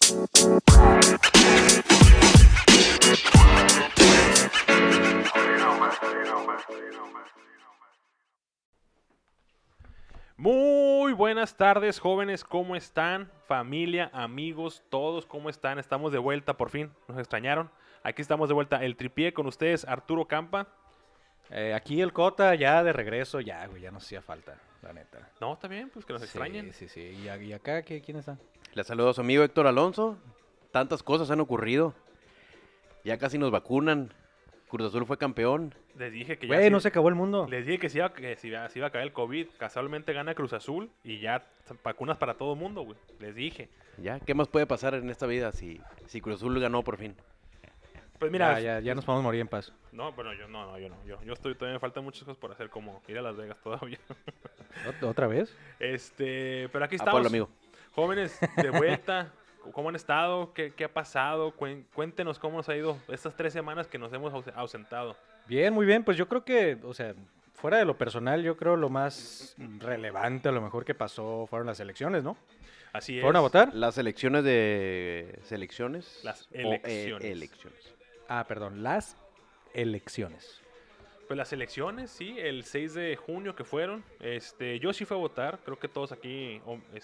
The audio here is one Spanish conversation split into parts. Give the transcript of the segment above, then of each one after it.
Muy buenas tardes, jóvenes, ¿cómo están? Familia, amigos, todos, ¿cómo están? Estamos de vuelta, por fin, nos extrañaron. Aquí estamos de vuelta, el tripié con ustedes, Arturo Campa. Aquí el Cota ya de regreso, ya, güey, ya nos hacía falta, la neta. No, está bien, pues que nos extrañen. Sí. ¿Y acá quién está? Les saludo a su amigo Héctor Alonso. Tantas cosas han ocurrido. Ya casi nos vacunan. Cruz Azul fue campeón. Les dije que ya Güey, no se acabó el mundo. Les dije que se iba a acabar el COVID. Casualmente gana Cruz Azul y ya vacunas para todo el mundo, güey. Les dije. Ya, ¿qué más puede pasar en esta vida si Cruz Azul ganó por fin? Pues mira, Ya nos podemos morir en paz. no, bueno, yo no. Yo estoy, todavía me faltan muchas cosas por hacer, como ir a Las Vegas todavía. ¿Otra vez? Pero aquí Ah, estamos. Pablo, amigo. Jóvenes, de vuelta. ¿Cómo han estado? ¿Qué ha pasado? Cuéntenos cómo nos ha ido estas 3 semanas que nos hemos ausentado. Bien, muy bien. Pues yo creo que, o sea, fuera de lo personal, yo creo lo más relevante, a lo mejor que pasó fueron las elecciones, ¿no? Así es. ¿Fueron a votar? Las elecciones de selecciones. Las o, elecciones. elecciones. Ah, perdón, las elecciones. Pues las elecciones, sí, el 6 de junio que fueron. Yo sí fui a votar. Creo que todos aquí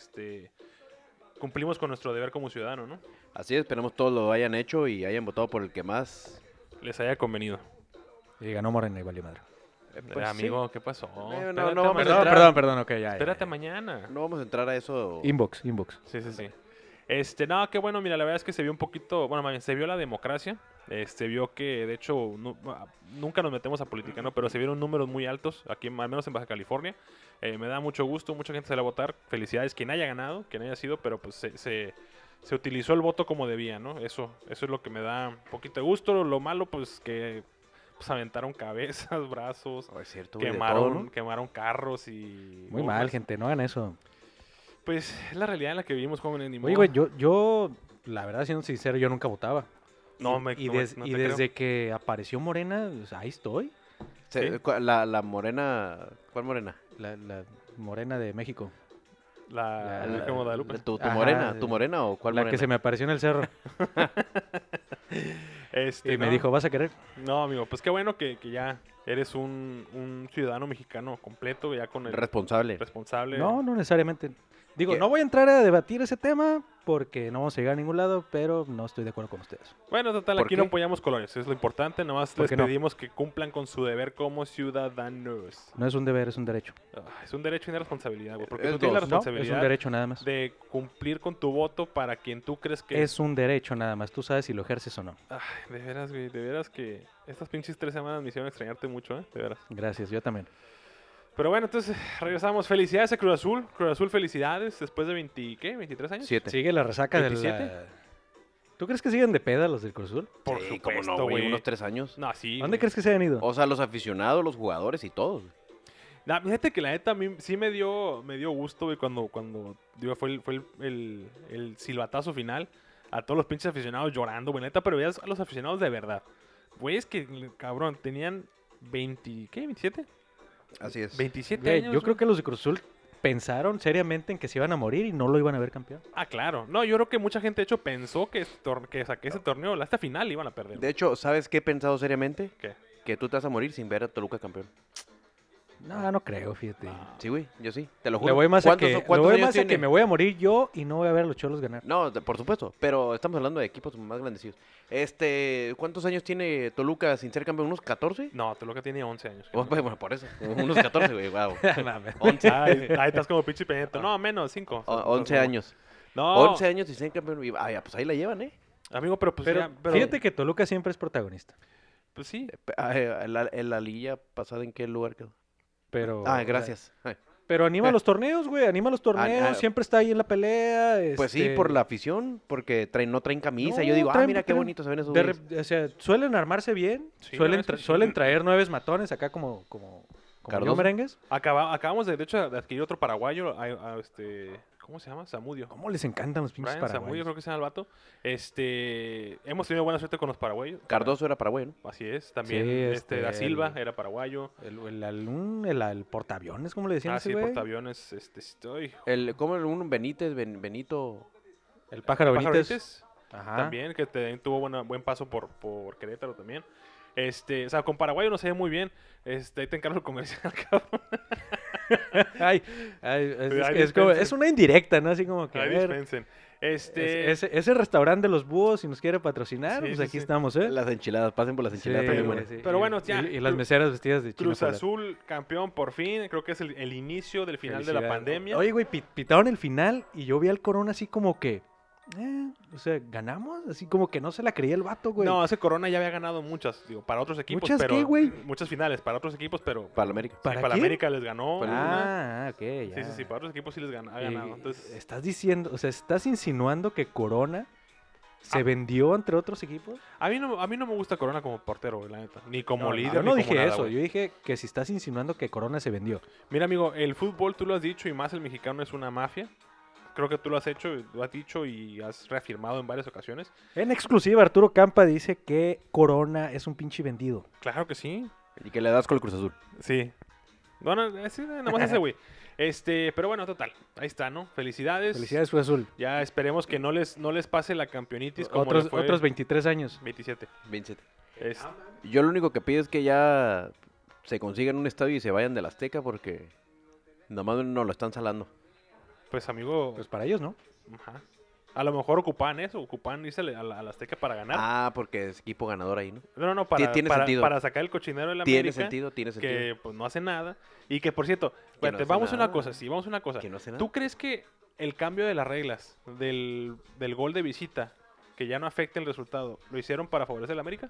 cumplimos con nuestro deber como ciudadano, ¿no? Así es, esperemos todos lo hayan hecho y hayan votado por el que más. Les haya convenido. Y ganó Morena y valió madre. Pues, amigo, ¿qué pasó? no Espérate vamos a mañana. entrar. Perdón, ok, ya. Espérate mañana. No vamos a entrar a eso. Inbox. Sí. No, qué bueno, mira, la verdad es que se vio un poquito, bueno, más bien, se vio la democracia, se vio que, de hecho, nunca nos metemos a política, ¿no? Pero se vieron números muy altos, aquí, al menos en Baja California, me da mucho gusto, mucha gente salió a votar, felicidades, quien haya ganado, quien haya sido, pero pues se utilizó el voto como debía, ¿no? Eso es lo que me da un poquito de gusto, lo malo, pues, que pues, aventaron cabezas, brazos, Oh, es cierto, güey, de todo, ¿no? quemaron carros y... Muy mal, gente, no hagan eso. Pues es la realidad en la que vivimos, jóvenes. Ni Oye, modo. güey, yo, la verdad, siendo sincero, yo nunca votaba. No, Y no te desde que apareció Morena, pues, ahí estoy. Se- ¿Sí? La morena. ¿Cuál morena? La Morena de México. La La- Virgen de Guadalupe. ¿Tu Ajá, morena? ¿Tu morena o cuál la morena? que se me apareció en el cerro. Y me No, dijo, ¿vas a querer? No, amigo, pues qué bueno que ya eres un ciudadano mexicano completo, ya con el Responsable. responsable. No, no necesariamente. Digo, ¿Qué? no voy a entrar a debatir ese tema porque no vamos a llegar a ningún lado, pero no estoy de acuerdo con ustedes. Bueno, total, ¿Por aquí no qué? apoyamos colonias, es lo importante. Nada más ¿Por les qué no? pedimos que cumplan con su deber como ciudadanos. No es un deber, es un derecho. Es un derecho y una responsabilidad, güey, porque Es tú tienes la dos. No, es responsabilidad un derecho nada más. de cumplir con tu voto para quien tú crees que Es un derecho nada más. Tú sabes si lo ejerces o no. Ay, de veras, güey, de veras que estas pinches 3 semanas me hicieron extrañarte mucho, de veras. Gracias, yo también. Pero bueno, entonces regresamos. Felicidades a Cruz Azul. Cruz Azul, felicidades. Después de 23 años. 7. Sigue la resaca de 27. la... ¿Tú crees que siguen de peda los del Cruz Azul? Por Sí, supuesto, cómo no, güey, güey. unos 3 años. No, sí. ¿Dónde güey. crees que se hayan ido? O sea, los aficionados, los jugadores y todos. Nah, fíjate que la neta a mí sí me dio gusto, güey, cuando digo, fue el silbatazo final. A todos los pinches aficionados llorando, güey, neta, pero veas a los aficionados de verdad. Güey, es que, cabrón, tenían 20, ¿qué? ¿27? Así es. 27 Güey, años. yo creo güey. que los de Cruz Azul pensaron seriamente en que se iban a morir y no lo iban a ver campeón. Ah, claro. No, yo creo que mucha gente, de hecho, pensó que saqué ese torneo, esta final iban a perder. De hecho, ¿sabes qué he pensado seriamente? ¿Qué? Que tú te vas a morir sin ver a Toluca campeón. No, no creo, fíjate. Sí, güey, yo sí, te lo juro. Le voy más a ¿Cuántos- que, le cuántos voy años más a que tiene? me voy a morir yo y no voy a ver a los Cholos ganar. No, por supuesto, pero estamos hablando de equipos más grandecidos. ¿Cuántos años tiene Toluca sin ser campeón? ¿Unos 14? No, Toluca tiene 11 años. Bueno, por eso, unos 14, güey, wow. Mames. 11, Ahí estás como pinche peñito. No, menos, 5. 11 años. No, 11 años sin ser campeón. Y, pues ahí la llevan, ¿eh? amigo, pero pues Pero, ya, fíjate que Toluca siempre es protagonista. pues sí. En la liguilla pasada, ¿en qué lugar quedó? Pero, Gracias. Ay. Pero anima los torneos, güey. Anima los torneos. Ah, siempre está ahí en la pelea. Pues sí, por la afición, porque no traen camisa. No, yo digo, traen- mira qué traen- bonito se ven esos de güeyes. o sea, suelen armarse bien. Sí, suelen, la verdad es que sí. suelen traer 9 matones acá como Cardoso. yo merengues. Acabamos de hecho, de adquirir otro paraguayo. ¿Cómo se llama? Zamudio. ¿Cómo les encantan los pinches Brian Zamudio, paraguayos? creo que se llama el vato. Hemos tenido buena suerte con los paraguayos. Cardoso era paraguayo, ¿no? Así es. También Sí, Da Silva el- era paraguayo. El portaaviones, ¿cómo le decían a Ah, ese sí, güey? portaaviones. Estoy. ¿Cómo un Benítez, Benito? El Pájaro Pájaro Benítez. Benítez, Ajá. también, que tuvo buen paso por Querétaro también. O sea, con Paraguay no se ve muy bien. Ahí te encargo el comercial, cabrón. Ay, Ahí es como, dispensen. es una indirecta, ¿no? Así como que, a Ahí ver, dispensen. ese restaurante de los búhos, si nos quiere patrocinar, Sí, pues sí, aquí sí. estamos, ¿eh? Las enchiladas, pasen por las enchiladas Sí, también güey, buenas. sí. Pero Y- bueno, ya, Y las Cru- meseras vestidas de china Cruz polar. Azul, campeón por fin. Creo que es el inicio del final de la Felicidades. pandemia. Oye, güey, pitaron el final y yo vi al Corona así como que, o sea, ¿ganamos? Así como que no se la creía el vato, güey. No, ese Corona ya había ganado muchas, digo, para otros equipos, ¿Muchas pero qué, güey? muchas finales para otros equipos, pero Para la América. sí, ¿Para para quién? América les ganó una. Ok, ya. Sí, para otros equipos sí ha ganado. Entonces, Estás diciendo, o sea, ¿estás insinuando que Corona se Ah. vendió entre otros equipos? a mí no me gusta Corona como portero, güey, la neta, ni como líder, Yo ni no como dije nada, eso, güey. yo dije que si estás insinuando que Corona se vendió. Mira, amigo, el fútbol tú lo has dicho y más el mexicano es una mafia. Creo que tú lo has hecho, lo has dicho y has reafirmado en varias ocasiones. En exclusiva, Arturo Campa dice que Corona es un pinche vendido. Claro que sí. Y que le das con el Cruz Azul. Sí. Bueno, sí, nada más ese güey. Pero bueno, total. Ahí está, ¿no? Felicidades. Felicidades, Cruz Azul. Ya esperemos que no les pase la campeonitis como Otros, le fue otros 23 años. 27. 27. Es- Yo lo único que pido es que ya se consigan un estadio y se vayan del Azteca porque nomás no lo están salando. pues, amigo, Pues para ellos, ¿no? ajá. A lo mejor ocupan eso, ocupan irse a la Azteca para ganar. Ah, porque es equipo ganador ahí, ¿no? No, tiene sentido. para sacar el cochinero de la Tiene América, sentido, tiene sentido. que pues no hace nada. Y que, por cierto, Que no espérate, hace vamos a una nada. cosa, sí, vamos a una cosa. Que no hace nada. ¿Tú crees que el cambio de las reglas del gol de visita, que ya no afecta el resultado, lo hicieron para favorecer a la América?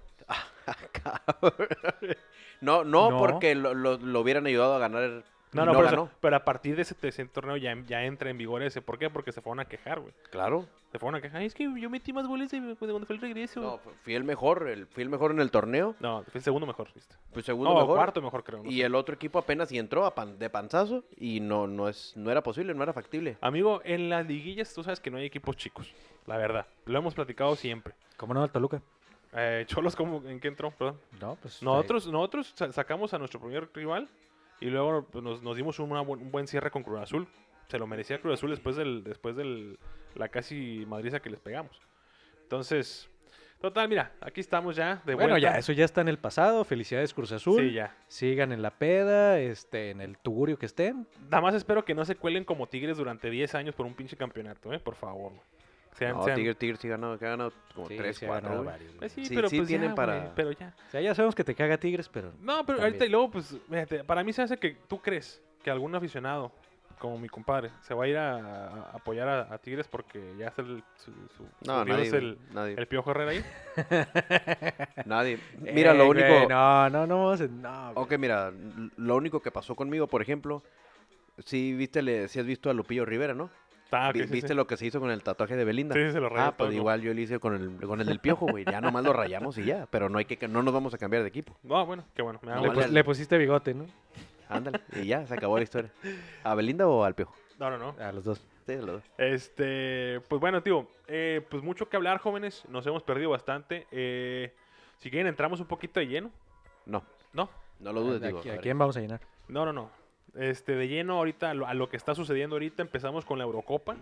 No, No. porque lo hubieran ayudado a ganar. y No, por eso, ganó. pero a partir de ese torneo ya entra en vigor ese. ¿Por qué? Porque se fueron a quejar, güey. Claro. Se fueron a quejar. Ay, es que yo metí más goles de cuando fue el regreso. No, fui el mejor en el torneo. No, fue el segundo mejor, ¿viste? Pues segundo No, mejor. cuarto mejor, creo. no Y sé. el otro equipo apenas y entró de panzazo y no era posible, no era factible. Amigo, en las liguillas tú sabes que no hay equipos chicos. La verdad. Lo hemos platicado siempre. ¿Cómo no, el Toluca? Cholos, ¿en qué entró? Perdón. No, pues. Nosotros sacamos a nuestro primer rival y luego pues, nos dimos un buen cierre con Cruz Azul. Se lo merecía Cruz Azul después de la casi madriza que les pegamos. Entonces, total, mira, aquí estamos ya de Bueno, vuelta. ya, eso ya está en el pasado. Felicidades, Cruz Azul. Sí, ya. Sigan en la peda, en el tugurio que estén. Nada más espero que no se cuelen como Tigres durante 10 años por un pinche campeonato, por favor. Güey. No, Tigres sí ha ganado como Sí, 3, sí ha 4, ganado güey. varios, güey. Pues sí, Sí, pero sí pues tienen ya, para- güey, pero ya. O sea, ya sabemos que te caga Tigres, pero. No, pero También. ahorita y luego, pues, fíjate, para mí se hace que tú crees que algún aficionado, como mi compadre, se va a ir a apoyar a Tigres porque ya está su No, Dios nadie, es güey, nadie. el Piojo Herrera ahí. Nadie. Mira, lo único... Güey, no. Güey. Ok, mira, lo único que pasó conmigo, por ejemplo, sí has visto a Lupillo Rivera, ¿no? Ah, ok, sí, ¿Viste sí. lo que se hizo con el tatuaje de Belinda? Sí, se lo rayó Ah, pues todo. igual yo lo hice con el del Piojo, güey. Ya nomás lo rayamos y ya. Pero no nos vamos a cambiar de equipo. No, bueno, qué bueno. Me da No, Le, gusto. vale. le pusiste bigote, ¿no? Ándale. Y ya, se acabó la historia. ¿A Belinda o al Piojo? No. A los dos. Sí, los dos. Pues bueno, tío, pues mucho que hablar, jóvenes. Nos hemos perdido bastante. Si quieren, entramos un poquito de lleno. No, No, no lo dudes, ¿A, digo. a a ver. quién vamos a llenar? no. De lleno ahorita a lo que está sucediendo ahorita, empezamos con la Eurocopa.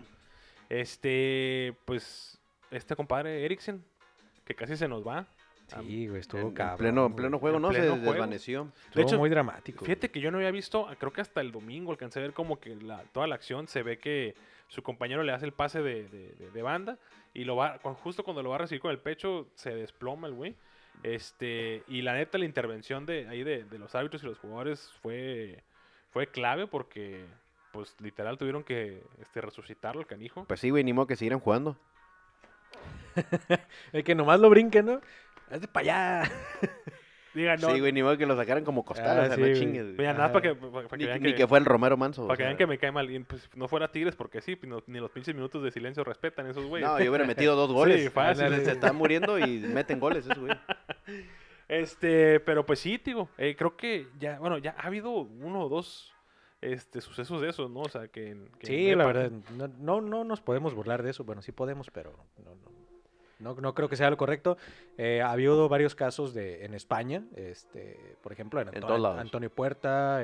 Pues, compadre Eriksen, que casi se nos va. Sí, güey, estuvo En cabrón. pleno güey. juego, En ¿no? Se pleno juego. desvaneció. Estuvo hecho, muy dramático. Fíjate que yo no había visto, creo que hasta el domingo alcancé a ver como que toda la acción se ve que su compañero le hace el pase de banda y justo cuando lo va a recibir con el pecho se desploma el güey. Y la neta la intervención de los árbitros y los jugadores fue clave porque pues literal tuvieron que resucitarlo el canijo. Pues sí, güey, ni modo que siguieran jugando. El que nomás lo brinque, ¿no? Hazte para allá. Diga, no, Sí, güey, ni modo que lo sacaran como costal, o sea, sí, no güey. chingues, güey. mira, nada Ajá. para que Ni, vean ni que fue el Romero Manso. para o que sea. vean que me cae mal. Y, pues, no fuera Tigres porque sí, ni los pinches minutos de silencio respetan esos güeyes. No, yo hubiera metido 2 goles. Sí, fácil. Se están muriendo y meten goles, esos güey. Pero pues sí, digo, creo que ya ha habido 1 o 2 sucesos de esos, ¿no? O sea, que Sí, en la Epa- verdad, no nos podemos burlar de eso. Bueno, sí podemos, pero no creo que sea lo correcto. Ha habido varios casos en España, por ejemplo, En todos lados. Antonio Puerta,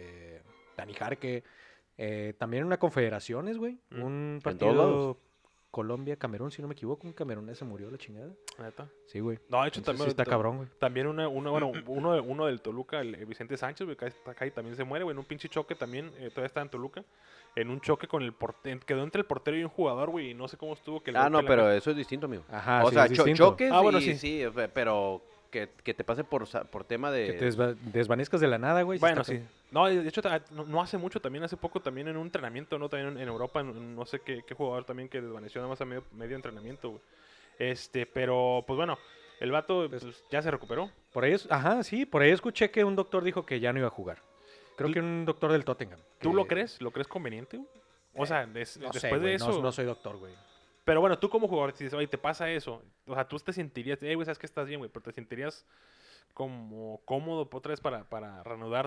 Dani Jarque, también en una confederaciones, güey, Mm. un todos lados. partido Colombia, Camerún, si no me equivoco. Un camerunés se murió la chingada. ¿Neta? Sí, güey. No, de hecho, Entonces, también, sí está cabrón, güey. también bueno, uno del Toluca, el Vicente Sánchez, güey, que está acá y también se muere, güey, en un pinche choque también, todavía está en Toluca, en un choque con el portero, quedó entre el portero y un jugador, güey, y no sé cómo estuvo que el golpe No, en la pero cabeza- eso es distinto, amigo. Ajá, O sí, sea, es distinto. choques Ah, bueno, y sí. pero que te pase por tema Que te de... desvanezcas de la nada, güey. Bueno, está sí. No, de hecho, no hace mucho, también hace poco, también en un entrenamiento, ¿no? También en Europa, no sé qué jugador también que desvaneció nada más a medio entrenamiento, güey. Pero, pues bueno, el vato pues, ya se recuperó. Por ahí, ajá, sí, por ahí escuché que un doctor dijo que ya no iba a jugar. Creo ¿Tú- que un doctor del Tottenham. ¿Tú que- lo crees? ¿Lo crees conveniente, güey? O sea, No después sé, de güey, eso... no soy doctor, güey. Pero bueno, tú como jugador, si dices, oye, te pasa eso, o sea, tú te sentirías, güey, sabes que estás bien, güey, pero te sentirías como cómodo otra vez para reanudar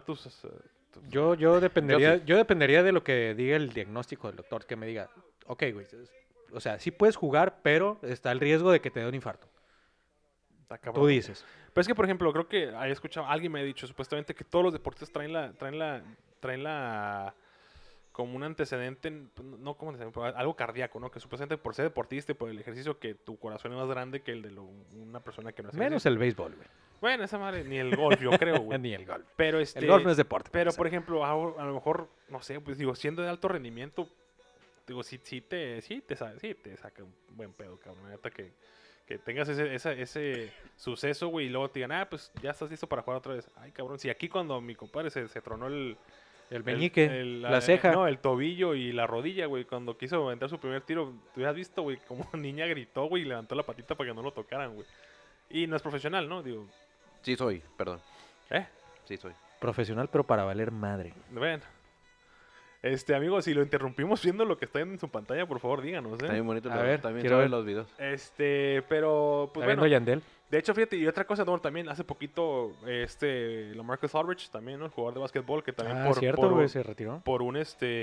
Yo dependería de lo que diga el diagnóstico del doctor, que me diga, ok, güey, o sea, sí puedes jugar, pero está el riesgo de que te dé un infarto. Está cabrón. Tú dices. Pero es que, por ejemplo, creo que he escuchado, alguien me ha dicho supuestamente que todos los deportistas traen la como un antecedente, no como antecedente, pero algo cardíaco, ¿no? Que supuestamente por ser deportista y por el ejercicio que tu corazón es más grande que el de una persona que no hace Menos ejercicio. el béisbol, güey. Bueno, esa madre, ni el golf, yo creo, güey. Ni el golf. Pero El golf no es deporte. Pero, para por ejemplo, a lo mejor, no sé, pues digo, siendo de alto rendimiento, digo, sí te saca un buen pedo, cabrón. La neta que tengas ese suceso, güey, y luego te digan, pues ya estás listo para jugar otra vez. Ay, cabrón, si aquí cuando mi compadre se tronó El meñique, la ceja. No, el tobillo y la rodilla, güey, cuando quiso aventar su primer tiro, tú hubieras visto, güey, como niña gritó, güey, y levantó la patita para que no lo tocaran, güey. Y no es profesional, ¿no? Digo, Sí soy, perdón. ¿eh? Sí soy. Profesional, pero para valer madre. Bueno. Amigo, si lo interrumpimos viendo lo que está en su pantalla, por favor, díganos, Está bien bonito. A ver, también quiero sabe ver. los videos. Pero, pues ¿Está bueno. viendo Yandel? De hecho, fíjate, y otra cosa, no, también hace poquito, LaMarcus Aldridge, también, ¿no? El jugador de básquetbol, que también Cierto, güey, se retiró. por un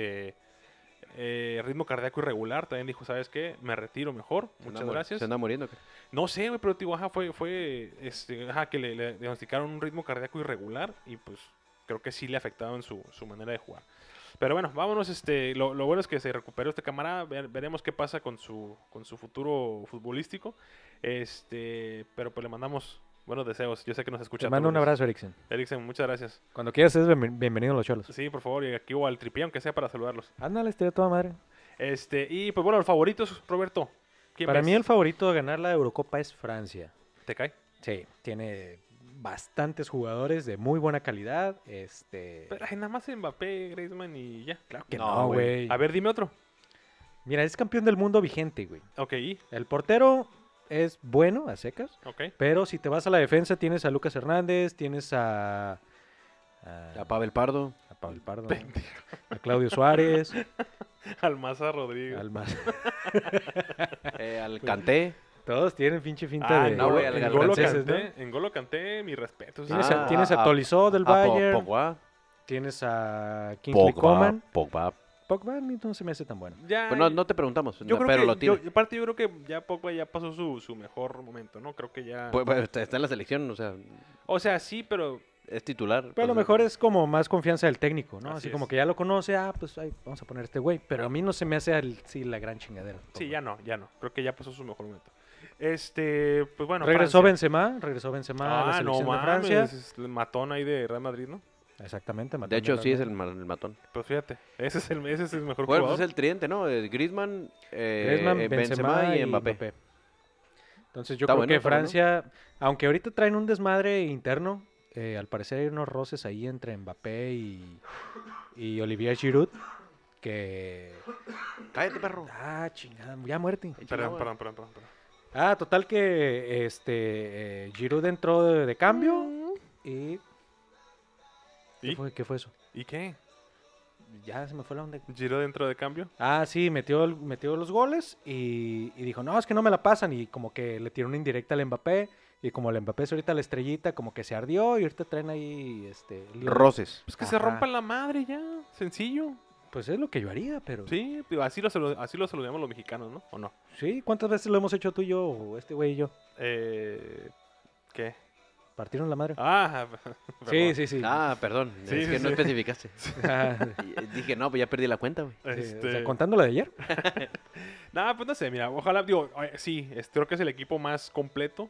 ritmo cardíaco irregular, también dijo, ¿sabes qué? Me retiro mejor, muchas gracias. Se anda muriendo. ¿Qué? No sé, güey, pero digo, que le diagnosticaron un ritmo cardíaco irregular y pues creo que sí le afectaba en su manera de jugar. Pero bueno, vámonos, lo bueno es que se recuperó este camarada, veremos qué pasa con su futuro futbolístico. Pero pues le mandamos buenos deseos. Yo sé que nos escucha. Te mando un todos. abrazo, Eriksen. Eriksen, muchas gracias. Cuando quieras, es bienvenido a los Cholos. Sí, por favor, y aquí o al tripié, aunque sea para saludarlos. Ándale, estoy de toda madre. Y pues bueno, los favoritos, Roberto. ¿Quién Para ves? mí el favorito de ganar la Eurocopa es Francia. ¿Te cae? Sí, tiene bastantes jugadores de muy buena calidad. Pero ay, nada más Mbappé, Griezmann y ya. Claro que No, no, güey. güey. A ver, dime otro. Mira, es campeón del mundo vigente, güey. Ok, El portero es bueno, a secas. ok. Pero si te vas a la defensa, tienes a Lucas Hernández, tienes A Pavel Pardo. a Pablo Pardo, a Claudio Suárez, Almaza Rodríguez. al más. Al Kanté. Todos tienen pinche finta de no, güey, al Galo franceses, ¿no? En Golo Kanté, mi respeto. Tienes a Tolisso del Bayern, Pogba. tienes a Kingsley Coman. Pogba. Pogba a mí no se me hace tan bueno. Ya, Pues no te preguntamos, yo creo pero que, lo tiene. aparte yo creo que ya Pogba ya pasó su mejor momento, ¿no? Creo que ya... Pues, está en la selección, o sea, o sea, sí, pero... es titular. Pero a lo pues, mejor es como más confianza del técnico, ¿no? Así Así es. como que ya lo conoce, pues ahí, vamos a poner este güey. Pero a mí no se me hace la gran chingadera. Sí, ya no. Creo que ya pasó su mejor momento. Pues bueno, Regresó Francia. Benzema a la Ah, no selección de Francia. mames, es el matón ahí de Real Madrid, ¿no? Exactamente. De hecho, sí es el matón. Pues fíjate, ese es el mejor Bueno, jugador. pues es el tridente, ¿no? Griezmann, Griezmann, Benzema y Mbappé. Entonces yo Está creo bueno, que está bueno. Francia, aunque ahorita traen un desmadre interno, al parecer hay unos roces ahí entre Mbappé y Olivier Giroud, que... Cállate, perro. Chingada, ya muerte. Perdón. Total que Giroud entró de cambio y... ¿Y? ¿Qué fue eso? ¿Y qué? Ya se me fue la onda. ¿Giro dentro de cambio? Sí, metió los goles y dijo, no, es que no me la pasan. Y como que le tiró una indirecta al Mbappé. Y como el Mbappé es ahorita la estrellita, como que se ardió y ahorita traen ahí lío. Roces. Pues que se Ajá. rompan la madre ya, sencillo. Pues es lo que yo haría, pero... Sí, digo, así lo saludamos los mexicanos, ¿no? ¿O no? Sí, ¿cuántas veces lo hemos hecho tú y yo, o este güey y yo? ¿Qué? Partieron la madre. Ah, Sí, sí, sí. Ah, perdón, Sí, es sí, que no sí. especificaste. Ah, Dije, no, pues ya perdí la cuenta, güey. sí, o sea, contando la de ayer. Nada, pues no sé, mira, ojalá, digo, sí, creo que es el equipo más completo,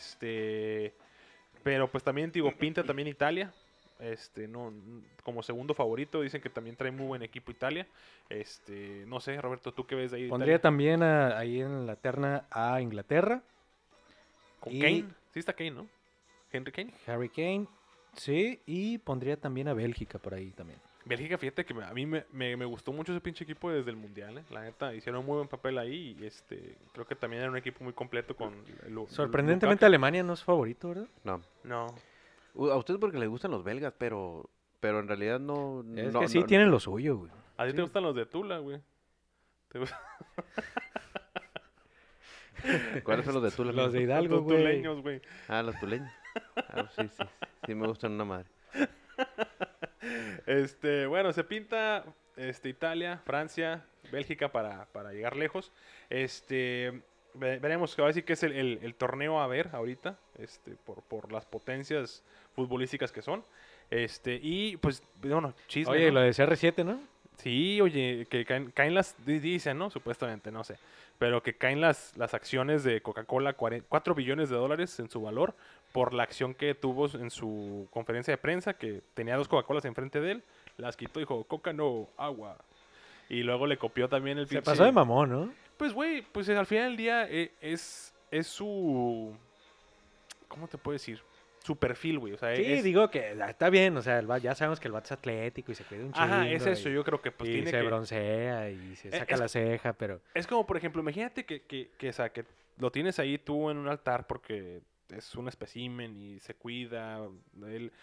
pero pues también, digo, pinta también Italia, no, como segundo favorito, dicen que también trae muy buen equipo Italia, no sé, Roberto, ¿tú qué ves de ahí de Pondría Italia? también ahí en la terna a Inglaterra, ¿Con y- Kane? Sí está Kane, ¿no? ¿Henry Kane? Harry Kane, sí, y pondría también a Bélgica por ahí también. Bélgica, fíjate que a mí me gustó mucho ese pinche equipo desde el Mundial, ¿eh? La neta, hicieron un muy buen papel ahí y creo que también era un equipo muy completo con Sorprendentemente Alemania no es favorito, ¿verdad? No. No. A ustedes porque les gustan los belgas, pero en realidad no... Es no, que sí no- tienen lo suyo, güey. ¿A ti Sí. te gustan los de Tula, güey? ¿Te gustan ¿Cuáles son los de Tula? Los amigo? de Hidalgo, los güey. tuleños, güey? Ah, los tuleños. Ah, sí, sí, sí me gustan una madre. Bueno, se pinta Italia, Francia, Bélgica para llegar lejos. Veremos que va a decir que es el torneo a ver ahorita, por las potencias futbolísticas que son. Y pues, bueno, chisme, Oye, ¿no? lo de CR7, ¿no? Sí, oye, que caen dicen, ¿no? Supuestamente, no sé. Pero que caen las acciones de Coca-Cola, 4 billones de dólares en su valor, por la acción que tuvo en su conferencia de prensa, que tenía 2 Coca-Colas enfrente de él, las quitó y dijo, Coca no, agua. Y luego le copió también el Se pinche... pasó de mamón, ¿no? Pues, güey, pues al final del día es su... ¿Cómo te puedo decir? Su perfil, güey. O sea, Sí, es... digo que está bien, o sea, ya sabemos que el vato es atlético y se cuida un chingo. Ajá, es eso. y- Yo creo que pues y tiene se que... broncea y se saca es- la ceja, pero... Es como, por ejemplo, imagínate o sea, que lo tienes ahí tú en un altar porque es un espécimen y se cuida, él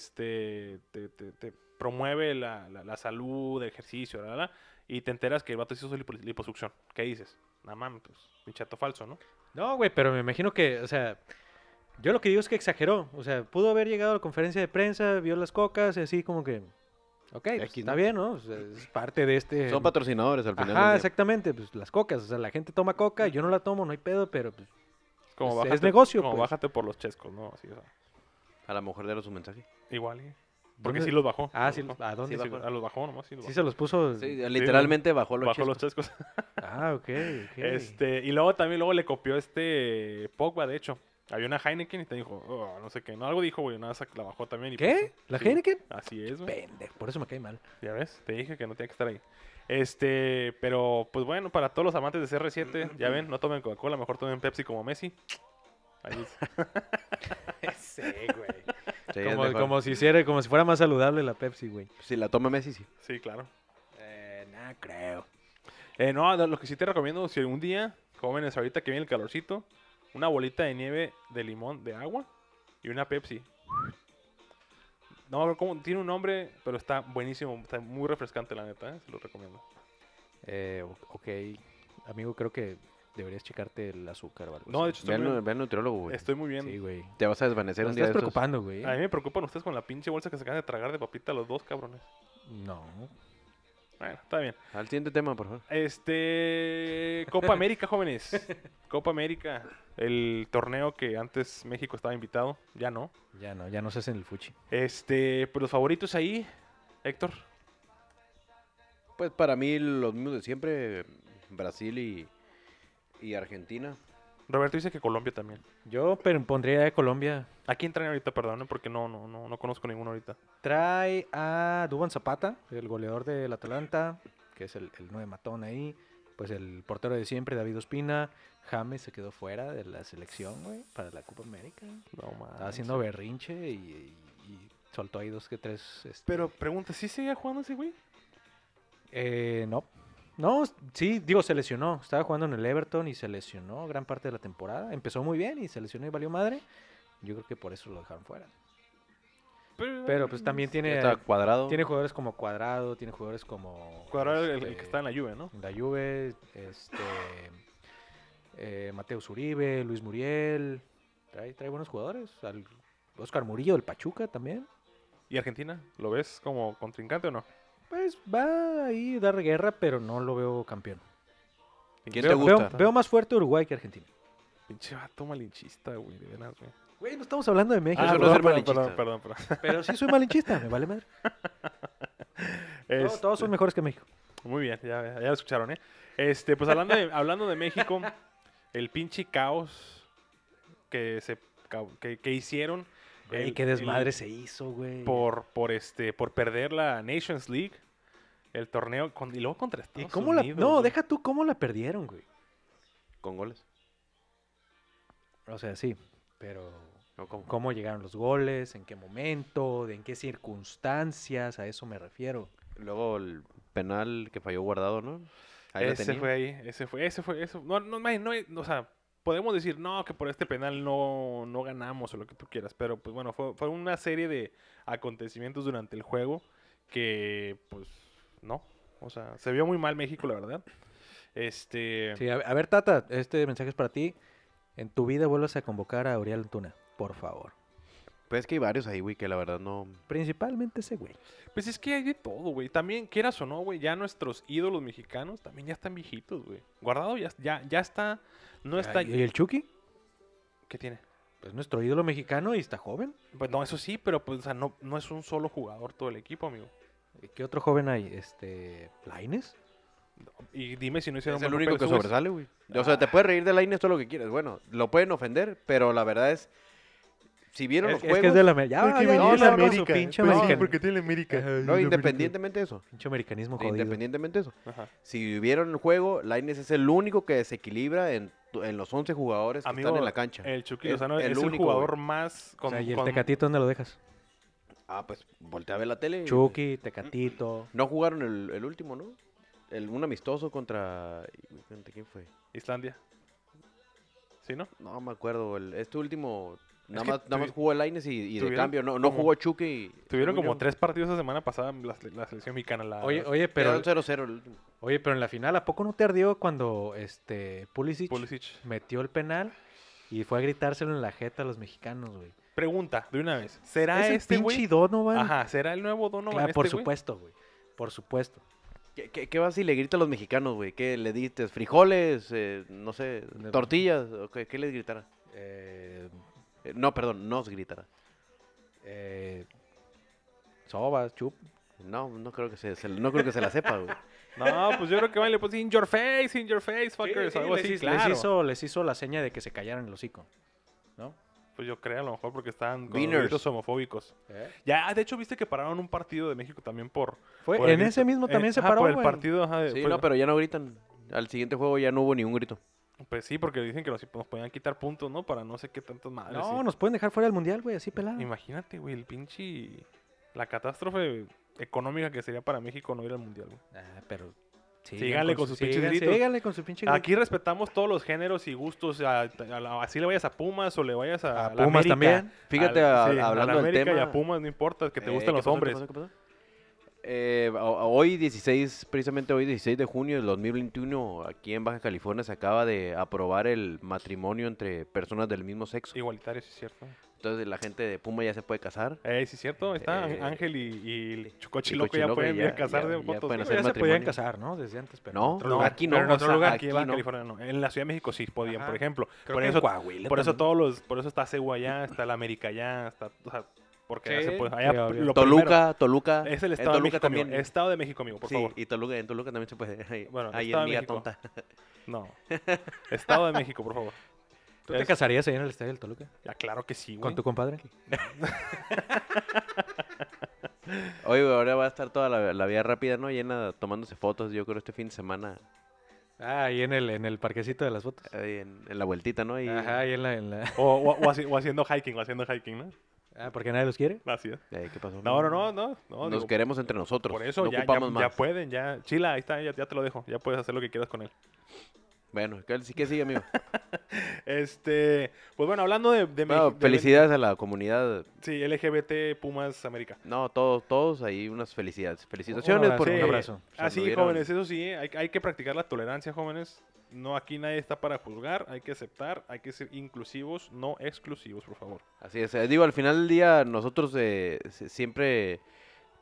te promueve la salud, el ejercicio, y te enteras que el vato hizo su liposucción. ¿Qué dices? Nada mames, pues, mi chato falso, ¿no? No, güey, pero me imagino que, o sea, yo lo que digo es que exageró. O sea, pudo haber llegado a la conferencia de prensa, vio las cocas y así como que... Ok, pues, X, está ¿no? bien, ¿no? O sea, es parte de este... Son patrocinadores al final. Ajá, del día. exactamente, pues las cocas. O sea, la gente toma coca, yo no la tomo, no hay pedo, pero pues... Como Es negocio, como pues. bájate por los chescos, ¿no? Así, o sea, A lo mejor dieron su mensaje. igual, porque ¿Dónde- sí los bajó. Ah, los sí, bajó. ¿a dónde? Sí, Sí, bajó. a los bajó nomás, sí los Sí bajó. se los puso... Sí, literalmente bajó los Bajó chescos. los chescos. Ah, ok, ok. Y luego también luego le copió Pogba, de hecho. Había una Heineken y te dijo, "Oh, no sé qué, no, algo dijo, güey, nada, la bajó también. Y ¿Qué? pues, ¿La sí, Heineken? así es, güey. Pendejo, por eso me cae mal. Ya ves, te dije que no tenía que estar ahí. Pero pues bueno, para todos los amantes de CR7, ya ven, no tomen Coca-Cola, mejor tomen Pepsi como Messi. Ahí es. Sí, güey. Sí, es mejor. Como si fuera más saludable la Pepsi, güey. Si la toma Messi, sí. Sí, claro. No creo. No, lo que sí te recomiendo, si un día, jóvenes, ahorita que viene el calorcito, una bolita de nieve de limón de agua y una Pepsi. No, a ver cómo, tiene un nombre, pero está buenísimo, está muy refrescante la neta, se lo recomiendo. Ok. Amigo, creo que deberías checarte el azúcar o algo No, de así. hecho Ve al nutriólogo, güey. estoy muy bien. Sí, güey. Te vas a desvanecer Te un día estás de estos. preocupando, güey. A mí me preocupan ustedes con la pinche bolsa que se acaban de tragar de papita los dos, cabrones. No. Bueno, está bien. Al siguiente tema, por favor. Copa América, jóvenes. Copa América, el torneo que antes México estaba invitado, ya no. Ya no se hacen el fuchi. Pues los favoritos ahí, Héctor. Pues para mí los mismos de siempre, Brasil y Argentina. Roberto dice que Colombia también. Yo pondría a Colombia. ¿A quién traen ahorita, perdón? Porque no conozco ninguno ahorita. Trae a Duván Zapata, el goleador del Atalanta, que es el 9 matón ahí. Pues el portero de siempre, David Ospina. James se quedó fuera de la selección, güey, para la Copa América. No, man. Estaba haciendo berrinche y soltó ahí 2 que 3. Pero pregunta, ¿sí seguía jugando ese güey? No. No, sí, digo, se lesionó. Estaba jugando en el Everton y se lesionó gran parte de la temporada. Empezó muy bien y se lesionó y valió madre. Yo creo que por eso lo dejaron fuera. Pero pues también Está cuadrado. tiene jugadores como Cuadrado, tiene jugadores como... Cuadrado el que está en la Juve, ¿no? en la Juve, Mateus Uribe, Luis Muriel. Trae buenos jugadores. Oscar Murillo del Pachuca también. ¿Y Argentina? ¿Lo ves como contrincante o no? Pues va ahí a dar guerra, pero no lo veo campeón. ¿Quién Veo- te gusta? Veo más fuerte Uruguay que Argentina. Pinche vato malinchista, güey, de veras, güey. Güey, no estamos hablando de México. Eso no es ser malinchista. perdón. Pero sí soy malinchista, me vale madre. Todos son mejores que México. Muy bien, ya lo escucharon, ¿eh? Pues hablando de México, el pinche caos que hicieron. Güey, qué desmadre se hizo, güey. Por perder la Nations League, el torneo, y luego contra ¿Y Estados cómo Unidos. No, güey. deja tú cómo la perdieron, güey. Con goles. O sea, sí, pero ¿O cómo? cómo llegaron los goles, en qué momento, en qué circunstancias, a eso me refiero. Luego el penal que falló Guardado, ¿no? Ahí la Ese tenía. fue ahí, ese fue eso. O sea, podemos decir, no, que por este penal no ganamos o lo que tú quieras, pero pues bueno, fue una serie de acontecimientos durante el juego que, pues, no. O sea, se vio muy mal México, la verdad. Sí, a ver, Tata, este mensaje es para ti. En tu vida vuelvas a convocar a Uriel Antuna, por favor. Pues es que hay varios ahí, güey, que la verdad no... Principalmente ese güey. Pues es que hay de todo, güey. También, quieras o no, güey, ya nuestros ídolos mexicanos también ya están viejitos, güey. Guardado ya está, no está... ¿Y el Chucky? ¿Qué tiene? Pues nuestro ídolo mexicano y está joven. Pues no, eso sí, pero pues, o sea, no es un solo jugador todo el equipo, amigo. ¿Qué otro joven hay? ¿Lainez? Y dime si no hicieron Es el buen único papel, que subes. sobresale, güey. O sea, te puedes reír de Lainez todo lo que quieras. Bueno, lo pueden ofender, pero la verdad es... Si vieron los Es juegos... que es de la... Ya, Porque ya, venía ya, de la ya, con su América. pinche Pues sí, american- porque tiene la América. No, independientemente de eso. pinche americanismo jodido. Independientemente de eso. Ajá. Si vieron el juego, Lainez es el único que desequilibra en los 11 jugadores que Amigo, están en la cancha. el Chucky Es Lozano el es el único, jugador güey. más... O sea, ¿y el Tecatito dónde lo dejas? Ah, pues voltea a ver la tele. Chucky, Tecatito. No jugaron el último, ¿no? Un amistoso contra... ¿Contra quién fue? Islandia. ¿Sí, no? No me acuerdo. Este último... Nada que más, jugó Lainez y de tuvieron cambio. No como- jugó Chucky. Tuvieron según como yo. 3 partidos la semana pasada la selección mexicana. Oye, Pero pero, 0-0 el último. oye, pero en la final, ¿a poco no te ardió cuando Pulisic Pulisic. metió el penal y fue a gritárselo en la jeta a los mexicanos, güey? Pregunta, de una vez. ¿Será ¿Es el este pinche güey? Donovan? Ajá, ¿será el nuevo Donovan Claro, por este güey? supuesto, güey. Por supuesto. ¿Qué vas y le gritas a los mexicanos, güey? ¿Qué le dices? ¿Frijoles? No sé, tortillas. ¿Qué les gritara? No, perdón, nos gritara. Sobas, chup. No creo que no creo que se la sepa, güey. No, pues yo creo que vale, pues in your face, fuckers, algo así, claro. les hizo la seña de que se callaran el hocico. ¿No? Pues yo creo, a lo mejor porque estaban con Winners. gritos homofóbicos. Ya, de hecho, viste que pararon un partido de México también por Fue, el en grito. ese mismo también se ajá, paró, por el güey. partido, ajá, Sí, pues, no, pero ya no gritan. Al siguiente juego ya no hubo ningún grito. pues sí, porque dicen que nos podían quitar puntos, ¿no? Para no sé qué tantas madres. No, sí. nos pueden dejar fuera del mundial, güey, así pelado. Imagínate, güey, el pinche... La catástrofe económica que sería para México no ir al mundial, güey. Pero Síganle con sus pinches gritos. Síganle con sus pinches gritos. Aquí respetamos todos los géneros y gustos. Así le vayas a Pumas o le vayas a A la Pumas América. también. Fíjate, Sí, hablando a la del América tema... y a Pumas, no importa, que te gusten ¿qué los pasó, hombres. ¿Qué pasó? Hoy 16, precisamente hoy 16 de junio del 2021, aquí en Baja California se acaba de aprobar el matrimonio entre personas del mismo sexo. Igualitario, sí es cierto. Entonces la gente de Puma ya se puede casar. Sí es cierto. Está Eh, Ángel y el Chocochiloco Chiloco ya pueden ya- casarse ya juntos. pueden sí, hacer Ya se matrimonio. podían casar, ¿no? Desde antes, pero No, en otro No, lugar. aquí no, pero en o otro sea, lugar, aquí en aquí Baja no. California no. En la Ciudad de México sí podían, Ajá. por ejemplo. Creo Por que en eso, Coahuila por eso también. por eso está CEU allá, está la América allá, está, o sea, porque Sí, allá se puede. sí, Allá, obvio. lo primero, Toluca. es el En Estado de Toluca México, también. amigo. Estado de México, amigo, por Sí, favor. y en Toluca también se puede. Ahí, Bueno, ahí Estado en de Mía México. Tonta. No. Estado de México, por favor. ¿Tú te casarías ahí en el estadio del Toluca? Ya, claro que sí, güey. ¿Con tu compadre? Oye, güey, ahora va a estar toda la vía rápida, ¿no? Llena tomándose fotos, yo creo, este fin de semana. Ah, ahí en el parquecito de las fotos. Ahí en la vueltita, ¿no? Y, Ajá, ahí en la... O haciendo hiking, ¿no? Ah, ¿porque nadie los quiere? Así es. ¿Qué pasó? No. Nos digo, queremos entre nosotros. por eso no ya ocupamos más. pueden, ya. Chila, ahí está, ya te lo dejo. Ya puedes hacer lo que quieras con él. Bueno, ¿qué sigue, amigo? Pues bueno, hablando de Bueno, México. felicidades a la comunidad. Sí, LGBT Pumas América. No, todos ahí unas felicidades. Felicitaciones por Sí, un abrazo. se Así, anduvieron. jóvenes, eso sí, hay que practicar la tolerancia, jóvenes. No, aquí nadie está para juzgar, hay que aceptar, hay que ser inclusivos, no exclusivos, por favor. Así es. Digo, al final del día nosotros siempre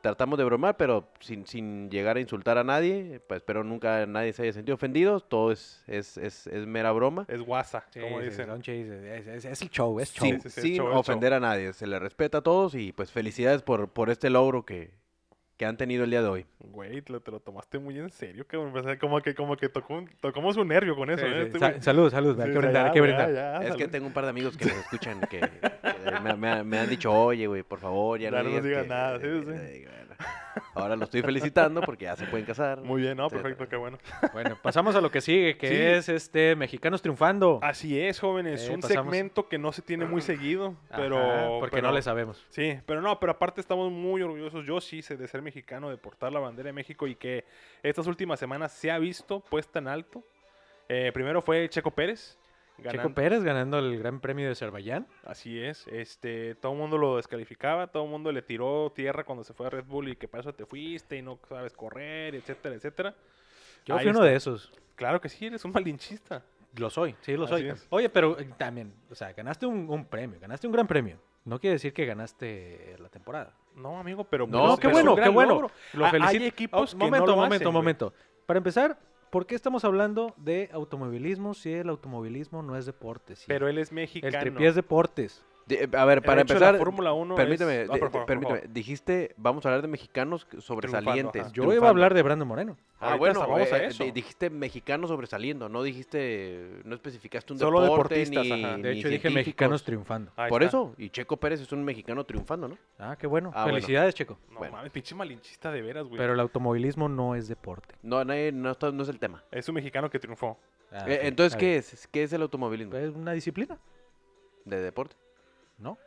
tratamos de bromar, pero sin llegar a insultar a nadie. Pues espero nunca nadie se haya sentido ofendido. Todo es mera broma. Es guasa, Sí, como sí, dicen. Don Chase, es el show, es show. Sin, sí, sí, sin show, es ofender a nadie. Se le respeta a todos y pues felicidades por este logro que han tenido el día de hoy. Güey, te lo tomaste muy en serio, cabrón. O sea, como que tocamos un nervio con eso, Sí, ¿eh? sí. Este güey. Salud, hay Sí, que o sea, brindar, ya, hay que güey, brindar. ya, Es que salud. tengo un par de amigos que nos escuchan que me han dicho, oye, güey, por favor, ya Ya no nos digas que- nada, sí, sí. bueno. Ahora lo estoy felicitando porque ya se pueden casar. Muy bien, no, etcétera. perfecto, qué bueno. Bueno, pasamos a lo que sigue, que Sí. es mexicanos triunfando. Así es, jóvenes, un pasamos. segmento que no se tiene muy seguido, Ajá, pero... porque pero- no le sabemos. Sí, pero no, pero aparte estamos muy orgullosos, yo sí sé de ser mexicano, de portar la bandera de México y que estas últimas semanas se ha visto puesta en alto. Primero fue Checo Pérez. Checo Pérez ganando el Gran Premio de Azerbaiyán. Así es, todo el mundo lo descalificaba, todo el mundo le tiró tierra cuando se fue a Red Bull y que para eso te fuiste y no sabes correr, etcétera, etcétera. Yo Ahí fui uno está. de esos. Claro que sí, eres un malinchista. Lo soy, sí, lo Así soy. es. Oye, pero también, o sea, ganaste un premio, ganaste un gran premio. No quiere decir que ganaste la temporada. No, amigo, pero... No, pues, No, qué es bueno, un gran qué bueno. logro. Lo Hay felicito. equipos que momento, no lo momento, hacen, güey. momento. Para empezar, ¿por qué estamos hablando de automovilismo si el automovilismo no es deporte? Si Pero él es el mexicano. tripié es deportes. A ver, para De hecho, empezar, la Fórmula 1 permíteme, es... Ah, por favor, permíteme. por favor. Dijiste, vamos a hablar de mexicanos sobresalientes. ajá. Yo iba a triunfando. hablar de Brandon Moreno. Ah, Ahorita bueno, vamos a eso. dijiste mexicanos sobresaliendo, no especificaste un Solo deporte deportistas, ni, ajá. De ni hecho, dije científicos. mexicanos triunfando. Ahí Por está. eso, y Checo Pérez es un mexicano triunfando, ¿no? Ah, qué bueno. Ah, bueno. Felicidades, Checo. No Bueno. mames, pinche malinchista de veras, güey. Pero el automovilismo no es deporte. No, no es el tema. Es un mexicano que triunfó. Ah, ok, Entonces, está ¿qué bien. es? ¿Qué es el automovilismo? Es una disciplina, ¿De deporte? ¿no?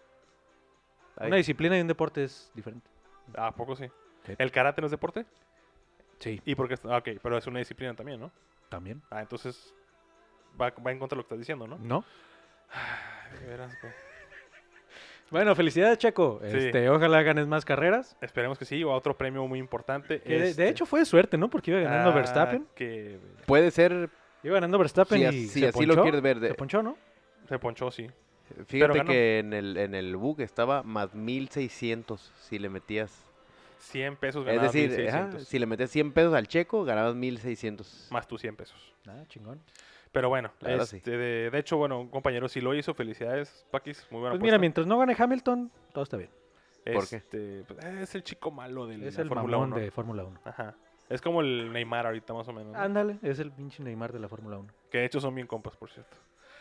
Ahí. Una disciplina y un deporte es diferente. ¿A poco sí? Sí. ¿El karate no es deporte? Sí, ¿Y por qué? Ok, pero es una disciplina también, ¿no? también. Ah, entonces va en contra de lo que estás diciendo, ¿no? ¿No? Ay, de veras, güey. Bueno, felicidades, Checo. Sí. Ojalá ganes más carreras. Esperemos que sí, o a otro premio muy importante. Que de hecho fue de suerte, ¿no? Porque iba ganando Verstappen. Que Puede ser, Iba ganando Verstappen si, y si se así ponchó. lo quieres ver. Se ponchó, ¿no? se ponchó, sí. Fíjate ganó. que en el book estaba más 1600 si le metías. 100 pesos Es ganabas decir, 1600. si le metías 100 pesos al checo, ganabas 1600. Más tus 100 pesos. Ah, chingón. Pero bueno, La verdad, sí. de hecho, bueno, compañero, si lo hizo, felicidades, Paquis, muy buena Pues mira, apuesta. mientras no gane Hamilton, todo está bien. ¿Por qué? Pues, es el chico malo de Es la el Fórmula mamón 1. de Fórmula 1. Ajá. Es como el Neymar ahorita, más o menos. ¿no? Ándale, es el pinche Neymar de la Fórmula 1. Que de hecho son bien compas, por cierto.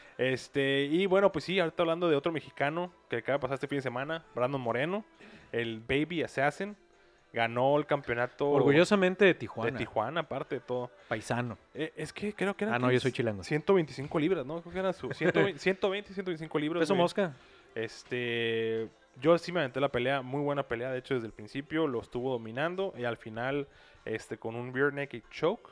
Y bueno, pues sí, ahorita hablando de otro mexicano que acaba de pasar este fin de semana, Brandon Moreno, el Baby Assassin, ganó el campeonato Orgullosamente de Tijuana. de Tijuana, aparte de todo. Paisano. Es que creo que eran Ah, no, yo soy chilango. 125 libras, ¿no? Creo que era su 120, 125 libras. Peso güey. mosca. Yo sí me aventé la pelea, muy buena pelea, de hecho desde el principio lo estuvo dominando y al final, con un rear naked choke,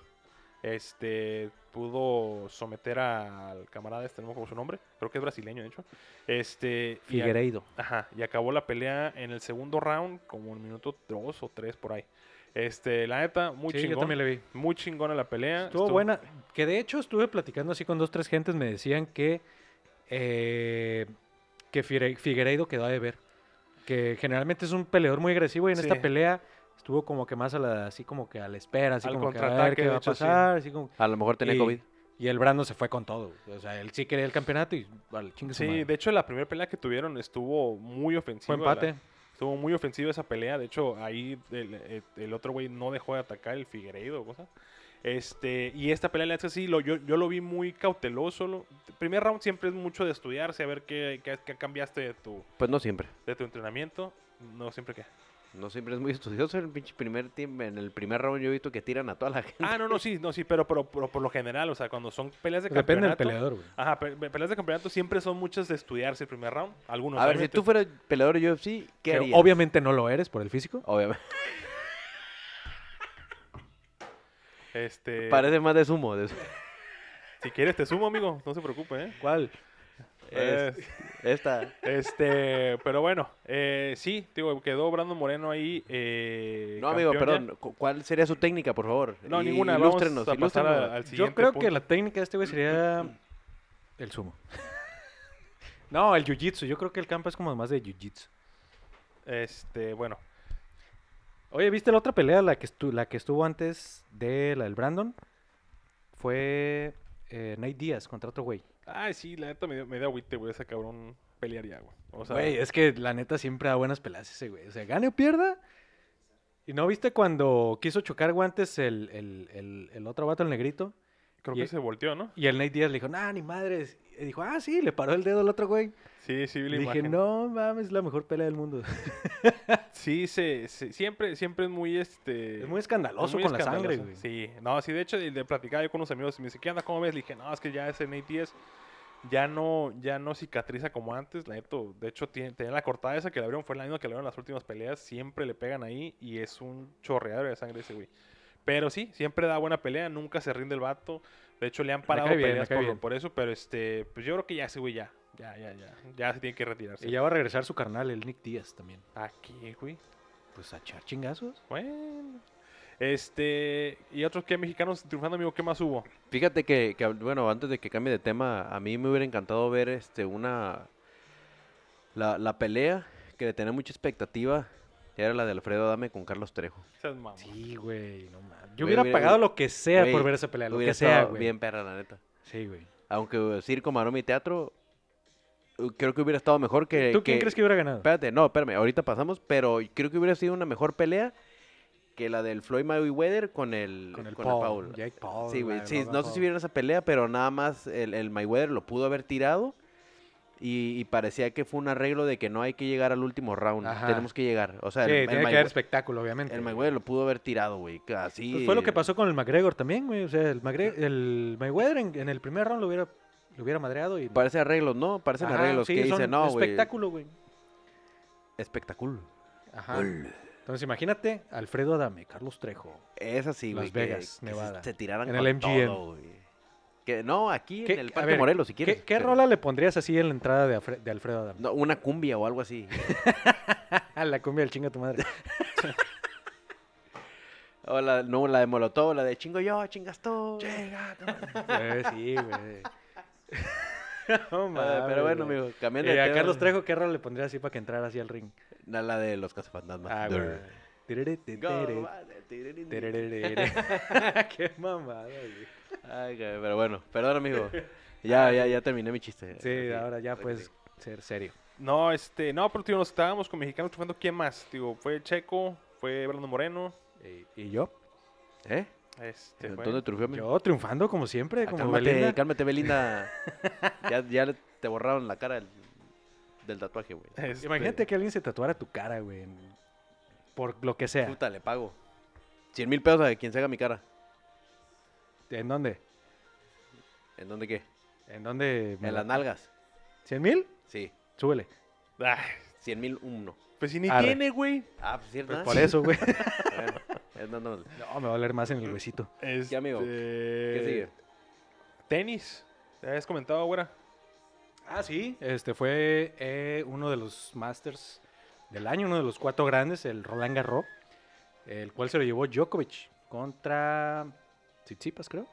pudo someter al camarada no me acuerdo su nombre, creo que es brasileño de hecho, Figueiredo. y acabó la pelea en el segundo round como en minuto 2 o 3 por ahí. La neta, muy Sí, yo chingón, también le vi. muy chingona la pelea. Estuvo buena. Que de hecho estuve platicando así con 2, 3 gentes. Me decían que Figueiredo quedó a deber. Que generalmente es un peleador muy agresivo y en Sí. esta pelea estuvo como que más así como que a la espera, así Al como que a ver contraataque, qué de va a hecho, sí. pasar, así como... A lo mejor tenía y, COVID. y el Brando se fue con todo. O sea, él sí quería el campeonato y vale, chingue su Sí, madre. de hecho la primera pelea que tuvieron estuvo muy ofensiva. Fue empate. Estuvo muy ofensiva esa pelea. De hecho, ahí el otro güey no dejó de atacar el Figueiredo o cosa. Y esta pelea, la neta, sí, yo lo vi muy cauteloso. El primer round siempre es mucho de estudiarse, a ver qué cambiaste Pues no siempre. de tu entrenamiento. No siempre qué. No siempre es muy estudioso. En el pinche primer tiempo, en el primer round yo he visto que tiran a toda la gente. Ah, no, sí, pero por lo general, o sea, cuando son peleas de Depende del campeonato. peleador, güey. Ajá, peleas de campeonato siempre son muchas de estudiarse el primer round. Algunos, A ver, si obviamente. tú fueras peleador de UFC, ¿qué Que harías? obviamente no lo eres por el físico. Obviamente. Este, Parece más de sumo. Si quieres te sumo, amigo, no se preocupe, ¿eh? ¿Cuál? Esta. Pero bueno, sí, digo, quedó Brandon Moreno ahí. No, amigo, campeón perdón. ¿Cuál sería su técnica, por favor? ya. No, ninguna. Vamos Ilústrenos, a pasar ilústrenos. al Yo siguiente creo punto. que la técnica de este güey sería el sumo. No, el jiu-jitsu. Yo creo que el campo es como más de jiu-jitsu. Bueno. Oye, ¿viste la otra pelea, la que estuvo antes de la del Brandon? Fue Nate Diaz contra otro güey. Ay, sí, la neta me dio agüite, güey, ese cabrón pelearía, güey. O sea, Güey, es que la neta siempre da buenas peleas ese güey. O sea, gane o pierda. ¿Y no viste cuando quiso chocar guantes el otro vato, el negrito? creo y- que se volteó, ¿no? Y el Nate Diaz le dijo, nah, ni madres. Y dijo, ah, sí, le paró el dedo al otro güey. Sí, sí, vi la Le dije, imagen. no mames, es la mejor pelea del mundo. Sí, siempre es muy, Es muy escandaloso muy con la sangre, escandaloso. güey. Sí, no, sí, de hecho, le platicaba yo con unos amigos y me dice, ¿qué onda? ¿Cómo ves? Le dije, no, es que ya ese Nate Diaz ya no cicatriza como antes, la neta. De hecho, tenía la cortada esa que le abrieron, fue la misma que le abrieron en las últimas peleas. Siempre le pegan ahí y es un chorreadero de sangre ese güey. Pero sí, siempre da buena pelea, nunca se rinde el vato. De hecho, le han parado cae bien, me peleas cae bien. por eso, pero pues yo creo que ya ese güey ya se tiene que retirarse. Y ya va a regresar su carnal, el Nick Díaz también. Aquí, güey. Pues a echar chingazos. Bueno. Y otros que mexicanos triunfando, amigo, ¿qué más hubo? Fíjate que, bueno, antes de que cambie de tema, a mí me hubiera encantado ver la pelea que le tenía mucha expectativa. Era la de Alfredo Adame con Carlos Trejo. Seas mamón. Sí, güey, no mames. Yo Güey, hubiera pagado lo que sea güey, por ver esa pelea, lo Hubiera que sea, estado güey. bien perra, la neta. Sí, güey. Aunque circo, maroma y teatro, creo que hubiera estado mejor que... ¿Tú quién crees que hubiera ganado? Espérate, no, espérame, ahorita pasamos, pero creo que hubiera sido una mejor pelea que la del Floyd Mayweather con el Paul. Jake Paul. Sí, güey, la sí, Logan no sé Paul. si vieron esa pelea, pero nada más el Mayweather lo pudo haber tirado y parecía que fue un arreglo de que no hay que llegar al último round, Ajá. tenemos que llegar. O sea, Sí, tiene que dar espectáculo, obviamente. el güey. Mayweather lo pudo haber tirado, güey, así... Pues fue lo que pasó con el McGregor también, güey. O sea, el Mayweather en el primer round lo hubiera madreado y... Parece arreglos, ¿no? Parecen Ajá, arreglos sí, que son dicen, no, güey. espectáculo, güey. Espectáculo. Ajá. Entonces imagínate, Alfredo Adame, Carlos Trejo. Es así, güey. Las Vegas, que Nevada. se tiraran En con el MGM. todo, güey. Que, no, aquí ¿Qué- en el a Parque ver, Morelos, si quieres. ¿Qué rola le pondrías así en la entrada de Alfredo Adame? No, una cumbia o algo así. La cumbia del chinga tu madre. O la de Molotov, la de chingo yo, chingas tú. Sí, güey. No mames, Pero bueno, güey. amigo, cambiando de A tema, Carlos Trejo, ¿qué rola le pondrías así para que entrara así al ring? La de los cazafantasmas. Ah, Durr. güey. Tiriri, Go, titiri, vale, tiriri. tiriri. Qué mamada, güey. Ay, pero bueno, perdón, amigo. Ya terminé mi chiste. Sí, ahora ya sí. puedes ser serio. No, pero tío, nos estábamos con mexicanos triunfando. ¿Quién más? Digo, fue Checo, fue Brando Moreno. ¿Y yo? ¿Eh? Fue- ¿Dónde triunfó, amigo? Yo triunfando como siempre, Ah, como cálmate, Belinda. cálmate, Belinda. Te borraron la cara del tatuaje, güey. Imagínate que alguien se tatuara tu cara, güey. Por lo que sea. Puta, le pago. 100,000 pesos a quien se haga mi cara. ¿En dónde? ¿En dónde qué? ¿En dónde? En las nalgas. ¿100,000? Sí. Súbele. Ay, 100,000 uno. pues si ni Arre. tiene, güey. Ah, pues cierto. Pues ¿ah? por eso, güey. Bueno, no. No, me va a doler más en el huesito. ¿Qué, amigo? ¿Qué sigue? Tenis. ¿Te habías comentado, güera? Ah, sí. Fue uno de los Masters del año, uno de los 4 grandes, el Roland Garros, el cual se lo llevó Djokovic contra Tsitsipas, creo.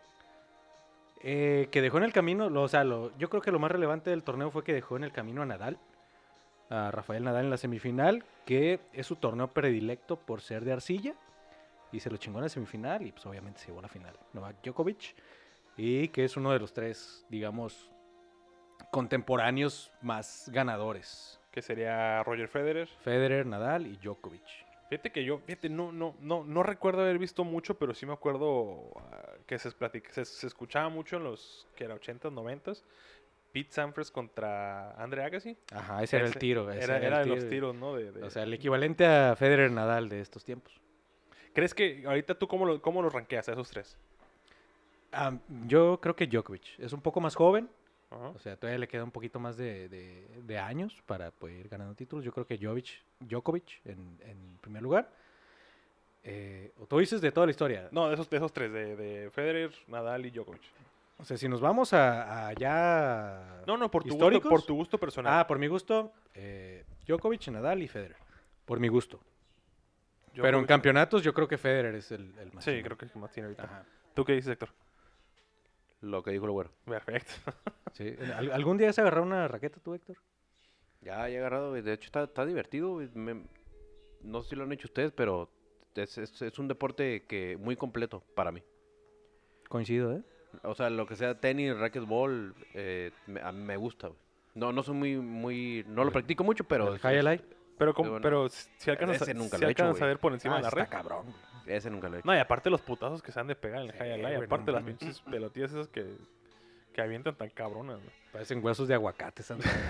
Que dejó en el camino, yo creo que lo más relevante del torneo fue que dejó en el camino a Nadal, a Rafael Nadal en la semifinal, que es su torneo predilecto por ser de arcilla, y se lo chingó en la semifinal, y pues obviamente se llevó a la final. Novak Djokovic, y que es uno de los 3, digamos, contemporáneos más ganadores. Que sería Roger Federer. Federer, Nadal y Djokovic. Fíjate, no recuerdo haber visto mucho, pero sí me acuerdo que se escuchaba mucho en los, que era 80s, 90s. Pete Sampras contra Andre Agassi. Ajá, ese era el tiro. ese Era el de los tiro. tiros, ¿no? O sea, el equivalente a Federer, Nadal de estos tiempos. ¿Crees que ahorita tú cómo los rankeas a esos 3? Yo creo que Djokovic es un poco más joven. Ajá. O sea, todavía le queda un poquito más de años para poder ir ganando títulos. Yo creo que Djokovic en primer lugar. O tú dices de toda la historia. No, de esos 3, de Federer, Nadal y Djokovic. O sea, si nos vamos a ya... No, por ¿históricos? tu gusto personal. por mi gusto, Djokovic, Nadal y Federer. Por mi gusto. Pero en Djokovic- campeonatos yo creo que Federer es el más. Sí, chingón. creo que es el que más tiene ahorita. Ajá. ¿Tú qué dices, Héctor? Lo que dijo el güero. Perfecto. Sí. ¿Algún día has agarrado una raqueta tú, Héctor? Ya he agarrado, güey. De hecho, está divertido, güey. No sé si lo han hecho ustedes, pero Es un deporte que muy completo para mí. Coincido, ¿eh? O sea, lo que sea tenis, racquetball, a mí me gusta, güey. No soy no lo practico mucho, pero El High Pero, bueno, pero si alcanzas, ese nunca si lo he hecho, alcanzas a güey. ver por encima de la red. está cabrón. ese nunca lo he hecho. No, y aparte los putazos que se han de pegar en el Sí, high güey, no aparte las mames. pinches pelotillas esas que avientan tan cabronas, güey. Parecen huesos de aguacate.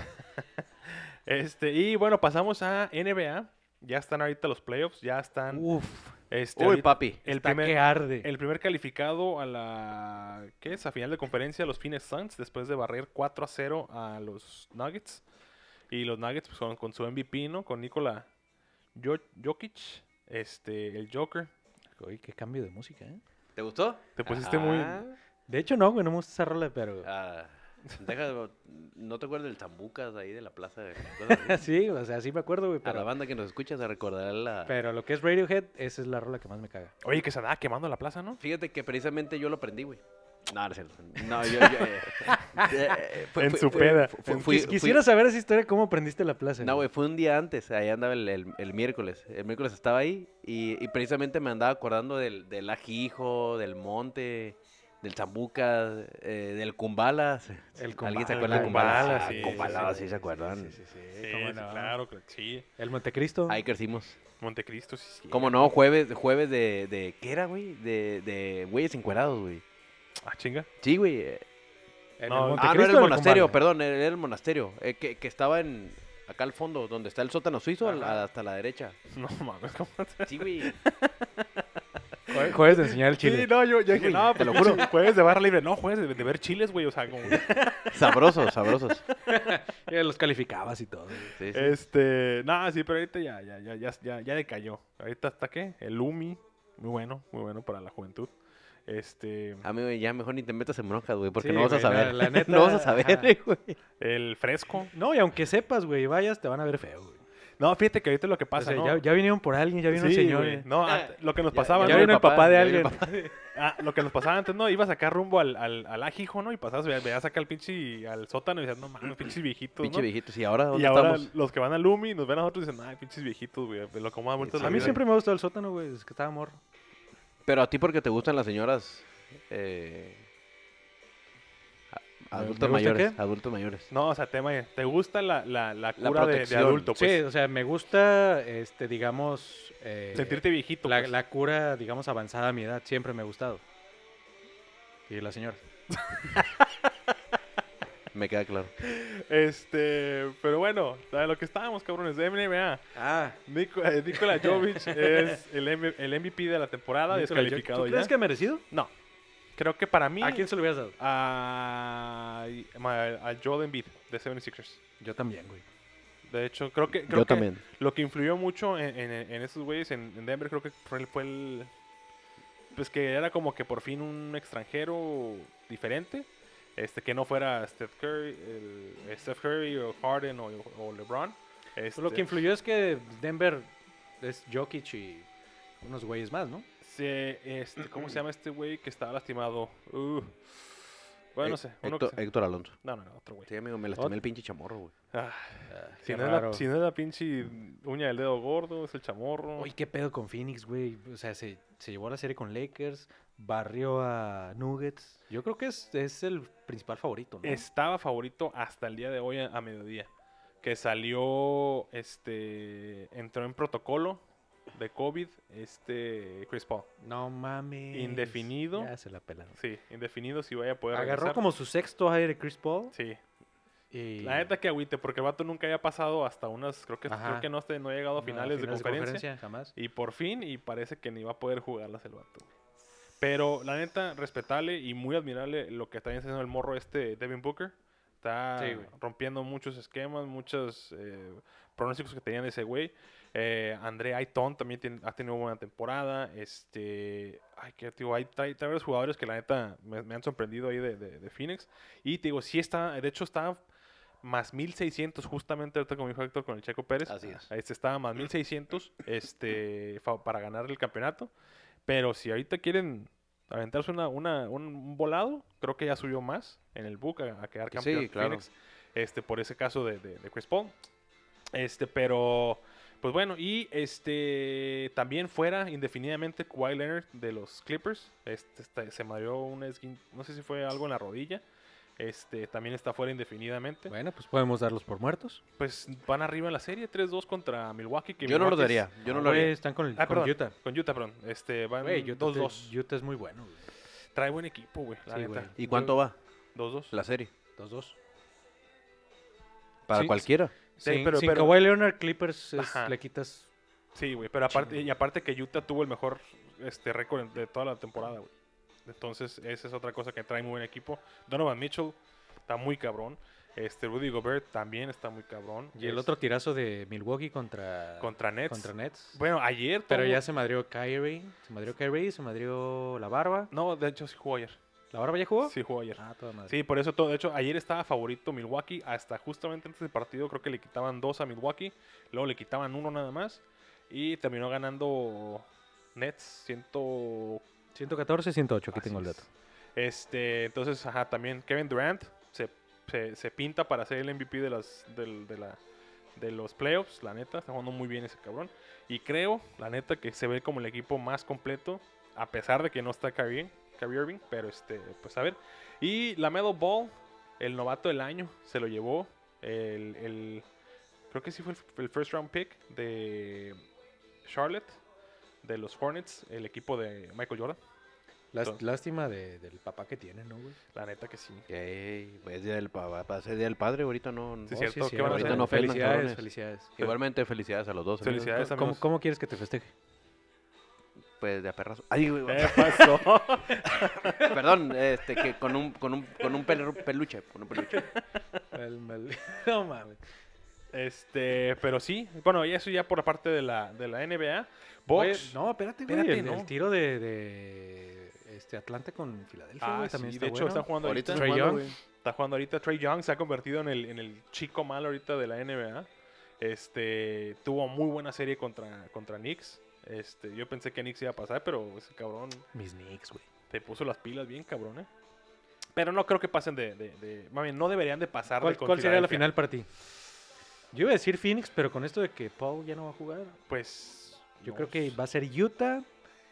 Y bueno, pasamos a NBA. Ya están ahorita los playoffs, ya están. Uf, Uy, ahorita papi. el está que primer, arde. el primer calificado a la. ¿Qué es? A final de conferencia, los Phoenix Suns, después de barrer 4-0 a los Nuggets. Y los Nuggets, pues con su MVP, ¿no? Con Nikola Jokic, el Joker. Uy, qué cambio de música, ¿eh? ¿Te gustó? Te pusiste muy. De hecho, no, güey, no me gusta esa rola, pero... ¿No te acuerdas del Zambucas ahí de la plaza? Cosas así? sí, o sea, sí me acuerdo, güey, A la pero... banda que nos escucha se recordará la... Pero lo que es Radiohead, esa es la rola que más me caga. Oye, que se andaba quemando la plaza, ¿no? Fíjate que precisamente yo lo aprendí, güey. No, no es cierto. No, En su peda. Quisiera saber esa historia, cómo aprendiste la plaza. No, güey, fue un día antes. Ahí andaba el miércoles. El miércoles estaba ahí y precisamente me andaba acordando del Ajijo, del Monte, del Zambuca, del Kumbala. El ¿Alguien se Kumbala, acuerda de el Kumbala? Kumbala, Ah, sí, Kumbala, sí, sí se acuerdan. Sí, Sí, cómo sí, no. claro, sí. El Montecristo. Ahí crecimos. Montecristo, sí. ¿Cómo no? Jueves de ¿qué era, güey? De güeyes encuerados, güey. Ah, chinga. Sí, güey. ¿En No, el no No era Montecristo el o monasterio, Kumbala? perdón, era el monasterio. Que estaba acá al fondo, donde está el sótano suizo, Ajá. hasta la derecha. No mames, ¿cómo te... Sí, güey. Jueves de enseñar el chile. Sí, no, yo dije, güey, no, te lo pues, juro. jueves de barra libre. No, jueves de ver chiles, güey, o sea, como... Sabrosos, sabrosos. Los calificabas y todo. Sí, sí. No, sí, pero ahorita ya decayó. Ahorita hasta qué, el Umi, muy bueno para la juventud. Amigo, ya mejor ni te metas en broncas, güey, porque Sí, no vas a güey, saber. la neta, no vas a saber, ajá. güey. El Fresco. No, y aunque sepas, güey, vayas, te van a ver feo, güey. No, fíjate que ahorita lo que O pasa, sea, ¿no? ya vinieron por alguien, ya vino un Sí, señor. güey. No, lo que nos Ya- pasaba, Ya ¿no? vino el papá de ya vino alguien. el papá. Lo que nos pasaba antes, ¿no? Ibas acá rumbo al Ajijo, ¿no? Y pasabas, veías acá al sótano y decías, no mames, pinches viejitos, Pinche ¿no? viejitos. ¿Y ahora dónde Y ahora estamos? los que van al Lumi nos ven a nosotros y dicen, ay, pinches viejitos, güey, lo como ha vuelto Sí, la A mí vida. siempre me ha gustado el sótano, güey, desde que estaba morro. Pero a ti porque te gustan las señoras gusta mayores. qué? Adultos mayores. No, o sea, te gusta la cura de protección. adulto, pues. Sí, o sea, me gusta, digamos... Sentirte viejito, la, pues. la cura, digamos, avanzada a mi edad, siempre me ha gustado. Y la señora. Me queda claro. Pero bueno, de lo que estábamos, cabrones, de NBA. Ah, Nikola Jovic es el MVP de la temporada, descalificado ¿Tú ya. crees que ha merecido? No. Creo que para mí... ¿A quién se lo hubieras dado? a Joel Embiid de 76ers. Yo también, güey. De hecho, creo Yo que también. lo que influyó mucho en esos güeyes en Denver, creo que fue el... Pues que era como que por fin un extranjero diferente. Que no fuera Steph Curry o Harden o LeBron. Pues lo que influyó es que Denver es Jokic y unos güeyes más, ¿no? ¿Cómo se llama este güey que estaba lastimado? Bueno, no sé. Uno Héctor, que Héctor Alonso. no, otro güey. Sí, amigo, me lastimé el pinche chamorro, güey. Ah, Qué si no raro. es la pinche uña del dedo gordo, es el chamorro. Oye, ¿qué pedo con Phoenix, güey? O sea, se llevó a la serie con Lakers, barrió a Nuggets. Yo creo que es el principal favorito, ¿no? Estaba favorito hasta el día de hoy a mediodía. Que salió, entró en protocolo de COVID, Chris Paul. No mames. Indefinido. Ya se la pelaron. Sí, indefinido si vaya a poder Agarró regresar. como su sexto aire Chris Paul. Sí, Y... la neta que agüite, porque el vato nunca había pasado hasta creo que Ajá. no ha llegado a No, finales de conferencia. jamás. Y por fin, y parece que ni va a poder jugarlas el vato. Pero la neta, respetable y muy admirable lo que está haciendo el morro Devin Booker. Está Sí, güey. rompiendo muchos esquemas, muchos pronósticos que tenían ese güey. André Ayton también ha tenido buena temporada. Trae varios jugadores que la neta me han sorprendido ahí de Phoenix. Y te digo, sí está, de hecho está más 1600 justamente ahorita como dijo Héctor con el Checo Pérez. Así es. Estaba más 1600 para ganar el campeonato. Pero si ahorita quieren aventarse un volado, creo que ya subió más en el book a quedar campeón Sí, claro. Phoenix. Por ese caso de Chris Paul. Pero Pues bueno, y también fuera indefinidamente Kawhi Leonard de los Clippers. Se madrió no sé si fue algo en la rodilla. También está fuera indefinidamente. Bueno, pues podemos darlos por muertos. Pues van arriba en la serie, 3-2 contra Milwaukee. Que Yo no lo Milwaukee daría. Yo no No, lo güey, haría. están con perdón, Utah. Con Utah, perdón. Van Güey, 2-2. Utah es muy bueno, güey. Trae buen equipo, güey, la Sí, neta. güey. ¿Y cuánto va 2-2. la serie? 2-2. Para Sí, cualquiera. Sí, Sin, pero- sin pero- Kawhi Leonard, Clippers Ajá. le quitas... Sí, güey, pero aparte que Utah tuvo el mejor récord de toda la temporada, güey. Entonces, esa es otra cosa que trae muy buen equipo. Donovan Mitchell está muy cabrón. Rudy Gobert también está muy cabrón. Y el otro tirazo de Milwaukee contra Nets. Contra Nets. Bueno, ayer Pero todo- ya se madrió Kyrie, se madrió la Barba. No, de hecho sí jugó ayer. ¿La Barba ya jugó? Sí jugó ayer. Ah, toda madre. Sí, por eso todo. De hecho, ayer estaba favorito Milwaukee. Hasta justamente antes del partido creo que le quitaban 2 a Milwaukee. Luego le quitaban 1 nada más. Y terminó ganando Nets 114, 108, aquí Así tengo el es. dato. Entonces, ajá, también Kevin Durant se pinta para ser el MVP de los playoffs, la neta, está jugando muy bien ese cabrón. Y creo, la neta, que se ve como el equipo más completo, a pesar de que no está Kyrie Irving, pero pues a ver. Y LaMelo Ball, el novato del año, se lo llevó creo que sí fue el first round pick de Charlotte, de los Hornets, el equipo de Michael Jordan. Entonces- Lástima del papá que tiene, ¿no, güey? La neta que sí. Ey, es día va a ser día del padre, ahorita no. Sí, Oh, cierto. sí, ¿Qué van a ahorita hacer? no ofendan, Felicidades, cabrones. felicidades. Igualmente, felicidades a los dos. amigos. Felicidades, ¿Cómo, amigos. cómo quieres que te festeje? Pues de a perrazo. Ay, güey, ¿Qué pasó? perdón, que con un peluche. Con un peluche. No mames. Pero sí, bueno, y eso ya por la parte de la NBA. Oye, Box. no, espérate, güey. Espérate, El ¿no? tiro de Atlanta con Filadelfia, güey, Sí, también de está hecho bueno. está jugando Ahorita ahorita. Trae está jugando, Young. güey. Está jugando ahorita. Trey Young se ha convertido en el chico mal ahorita de la NBA. Tuvo muy buena serie contra Knicks. Yo pensé que Knicks iba a pasar, pero ese cabrón Mis Knicks, güey. te puso las pilas bien, cabrón, ¿eh? Pero no creo que pasen más bien, no deberían de pasar ¿Cuál, de con cuál sería la Filadelfia. final para ti? Yo iba a decir Phoenix, pero con esto de que Paul ya no va a jugar, Pues... yo no creo que sé. va a ser Utah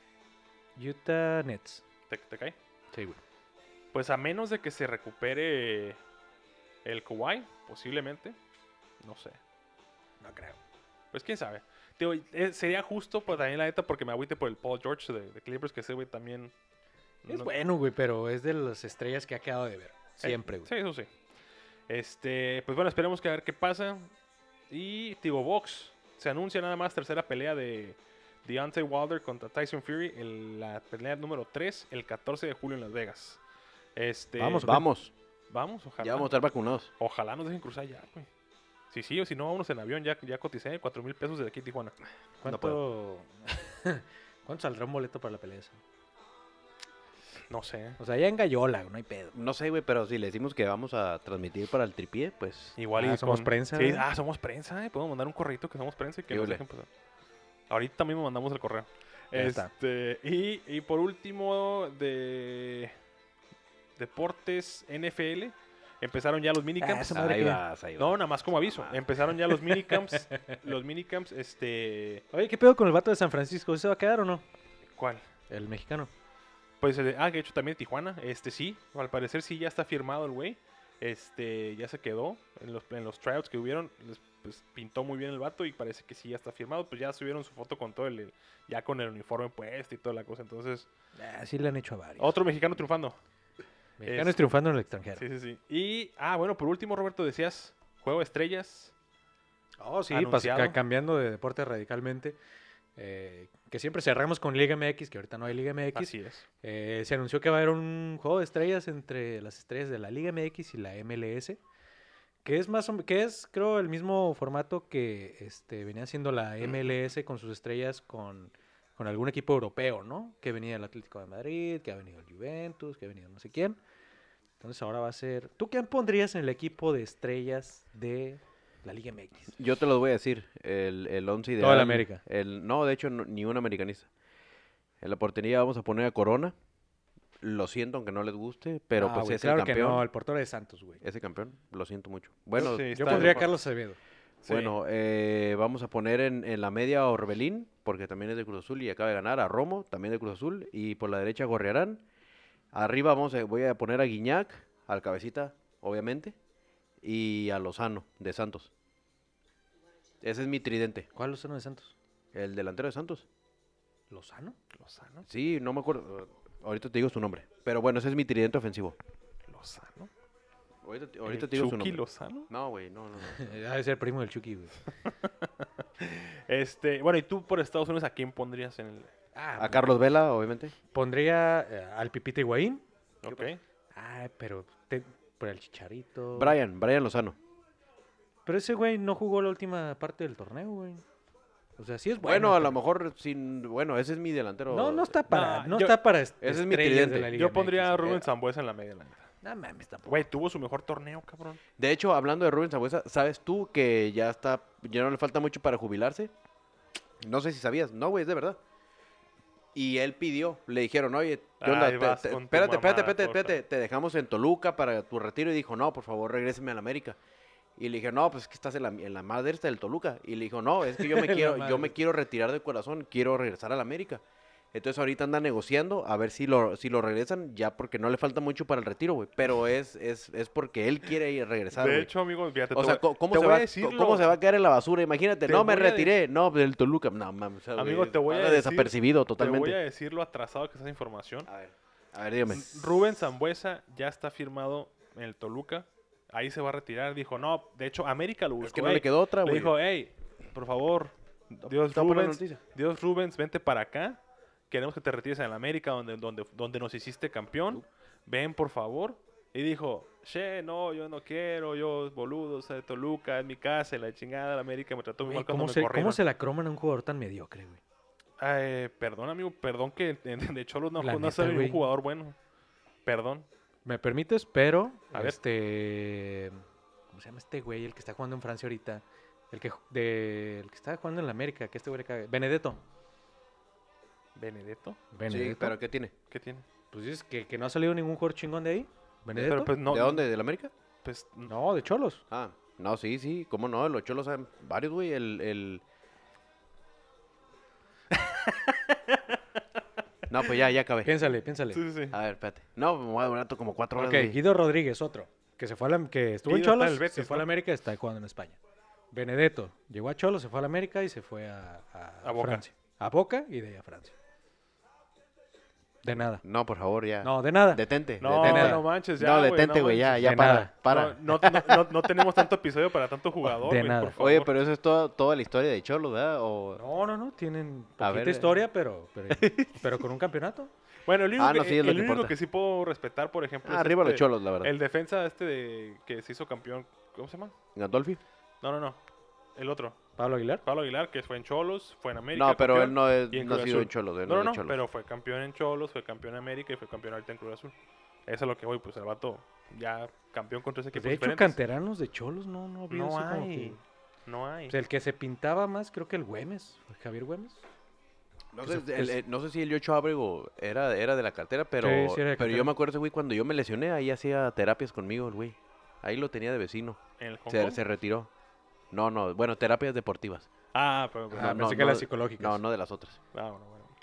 Nets. ¿Te cae? Sí, güey. Pues a menos de que se recupere el Kawhi, posiblemente. No sé. No creo. Pues quién sabe. Digo, sería justo, pues también la neta, porque me agüite por el Paul George de Clippers, que ese güey también... Es no- bueno, güey, pero es de las estrellas que ha quedado de ver. Siempre, güey. Sí, eso sí. Pues bueno, esperemos que a ver qué pasa. Y Tigo Box se anuncia nada más tercera pelea de Deontay Wilder contra Tyson Fury, la pelea número 3, el 14 de julio en Las Vegas. Vamos, Vamos, Vamos, ojalá. ya vamos a estar vacunados. Ojalá nos dejen cruzar ya, güey. Sí, o si no, vámonos en avión, ya coticé 4,000 pesos desde aquí a Tijuana. ¿Cuánto, ¿Cuánto saldrá un boleto para la pelea esa? No sé. O sea, ya en Gallola, no hay pedo. No sé, güey, pero si le decimos que vamos a transmitir para el tripié, pues Igual somos prensa, Sí, ¿verdad? somos prensa, Podemos mandar un correito que somos prensa y que nos Híjole. dejen pasar. Ahorita mismo mandamos el correo. Ya está. Y por último, de Deportes NFL, empezaron ya los minicamps. esa madre ahí que- vas, ahí vas. No, nada más como aviso. Empezaron ya los minicamps. Oye, ¿qué pedo con el vato de San Francisco? ¿Se va a quedar o no? ¿Cuál? El mexicano. Pues, que de hecho también Tijuana. Sí, al parecer sí ya está firmado el güey. Ya se quedó en los tryouts que hubieron. Pues pintó muy bien el vato y parece que sí ya está firmado. Pues ya subieron su foto con todo ya con el uniforme puesto y toda la cosa. Entonces, Sí le han hecho a varios. otro mexicano triunfando. Mexicanos triunfando en el extranjero. Sí. Y, bueno, por último, Roberto, decías, Juego de Estrellas. Oh, sí, Anunciado. cambiando de deporte radicalmente. Que siempre cerramos con Liga MX, que ahorita no hay Liga MX. Así es. Se anunció que va a haber un juego de estrellas entre las estrellas de la Liga MX y la MLS. Que es creo, el mismo formato que venía haciendo la MLS con sus estrellas con algún equipo europeo, ¿no? Que venía el Atlético de Madrid, que ha venido el Juventus, que ha venido no sé quién. Entonces ahora va a ser... ¿Tú quién pondrías en el equipo de estrellas de la Liga MX? Yo te lo voy a decir, el 11 ideal. Toda la América. No, de hecho, ni un americanista. En la portería vamos a poner a Corona. Lo siento, aunque no les guste, pero Ah, pues güey, es claro el que campeón. no, el portero de Santos, güey. Ese campeón, lo siento mucho. Bueno, Sí, Yo está pondría a bien. Carlos Acevedo. Sí. Bueno, vamos a poner en la media a Orbelín, porque también es de Cruz Azul y acaba de ganar. A Romo, también de Cruz Azul. Y por la derecha Gorriarán. Arriba voy a poner a Guiñac, al Cabecita, obviamente. Y a Lozano, de Santos. Ese es mi tridente. ¿Cuál Lozano de Santos? El delantero de Santos. ¿Lozano? Lozano. Sí, no me acuerdo. Ahorita te digo su nombre. Pero bueno, ese es mi tridente ofensivo. Lozano. Ahorita te digo su Chucky nombre. Lozano. No, güey, no. Ha de ser primo del Chucky, güey. Bueno, ¿y tú por Estados Unidos a quién pondrías en el...? A Carlos Vela, obviamente. Pondría al Pipita Higuaín. Ok. Ay, pero por el Chicharito. Brian Lozano. Pero ese güey no jugó la última parte del torneo, güey. O sea, sí es Bueno, bueno. a lo pero- mejor bueno, ese es mi delantero. No está para, No, no yo- está para ese es mi estrellas tridente. de la Liga Yo pondría MX. a Rubén Sambuesa en la media, la neta. No mames, tampoco. Güey, tuvo su mejor torneo, cabrón. De hecho, hablando de Rubén Sambuesa, ¿sabes tú que ya no le falta mucho para jubilarse? No sé si sabías. No, güey, es de verdad. Y él pidió, le dijeron, oye, ¿qué onda? Ahí vas con tu Espérate, mamada, espérate, te dejamos en Toluca para tu retiro. Y dijo, no, por favor, regréseme a la América. Y le dije, no, pues es que estás en la madre esta del Toluca. Y le dijo, no, es que yo me La quiero, madre yo me quiero retirar de corazón, quiero regresar a la América. Entonces ahorita anda negociando a ver si lo regresan, ya porque no le falta mucho para el retiro, güey. Pero es porque él quiere regresar, De güey. hecho, amigo, fíjate, O sea, ¿cómo te se voy va, a decirlo. cómo se va a caer en la basura? Imagínate, Te no, me voy a retiré. No, del Toluca. No, mames. o sea, Amigo, güey, te voy a anda decir- desapercibido Te voy a totalmente. decir lo atrasado que es esa información. A ver, dígame. Rubén Sambuesa ya está firmado en el Toluca. Ahí se va a retirar. Dijo, no, de hecho, América lo buscó. Es que no le quedó otra, Le güey. dijo, hey, por favor, Dios Está buena Rubens, noticia. Dios Rubens, vente para acá. Queremos que te retires en el América, donde nos hiciste campeón. Ven, por favor. Y dijo, che, no, yo no quiero, yo, boludo, o sea, de Toluca, es mi casa, y la chingada, la América me trató muy Güey, mal cuando ¿cómo, me se, corrieron. ¿Cómo se la croman a un jugador tan mediocre, güey? Perdón, amigo, perdón que de Cholos no, La no neta, soy un güey. jugador bueno. Perdón. ¿Me permites? Pero, A ver. ¿cómo se llama este güey? El que está jugando en Francia ahorita. El que está jugando en la América, que este güey le caga. Benedetto. ¿Benedetto? Sí, pero ¿qué tiene? ¿Qué tiene? Pues dices que no ha salido ningún jugador chingón de ahí. ¿Benedetto? Pero pues no. ¿De dónde? ¿De la América? Pues, No, de Cholos. Ah, no, sí, cómo no, los Cholos saben varios, güey, No, pues ya acabé. Piénsale. sí, sí. A ver, espérate. No, me voy a durar como 4 horas, Ok, güey. Guido Rodríguez, otro. Que se fue que estuvo en Guido está en Cholos, el Betis, se fue a ¿no? la América y está jugando en España. Benedetto llegó a Cholos, se fue a la América y se fue a Boca. Francia. A Boca y de ahí a Francia. De nada. No, por favor, ya. No, de nada. Detente, No, detente. no manches, ya, No, güey, detente, no güey, ya, manches. ya, De para, nada. para. No tenemos tanto episodio para tanto jugador, De güey, nada. por favor. Oye, pero eso es toda la historia de Cholos, ¿verdad? No, tienen A poquita ver, historia, pero con un campeonato. Bueno, el único, no, sí, es lo el que único importa. que sí puedo respetar, por ejemplo, es Arriba los Cholos, la verdad. el defensa que se hizo campeón, ¿cómo se llama? ¿Gandolfi? No, el otro. Pablo Aguilar. Pablo Aguilar, que fue en Cholos, fue en América. No, pero campeón, él no es y en no ha Cruz sido Azul. en Cholos, él No, es de no, Cholos. pero fue campeón en Cholos, fue campeón en América y fue campeón ahorita en Cruz Azul. Eso es lo que voy, pues el vato ya campeón con 3 Pues equipos de hecho, diferentes. canteranos de Cholos no había No así como hay. que- No hay. Pues el que se pintaba más, creo que el Güemes, Javier Güemes. No que sé, se- no sé si el Yocho Ábrego era de la cartera, pero, Sí, sí era de pero yo cartera. me acuerdo ese güey cuando yo me lesioné, ahí hacía terapias conmigo el güey. Ahí lo tenía de vecino. ¿En el Hong Se, Kong? se retiró. No, bueno, terapias deportivas. Pero Ah, no, pensé que no, las psicológicas. No de las otras. bueno.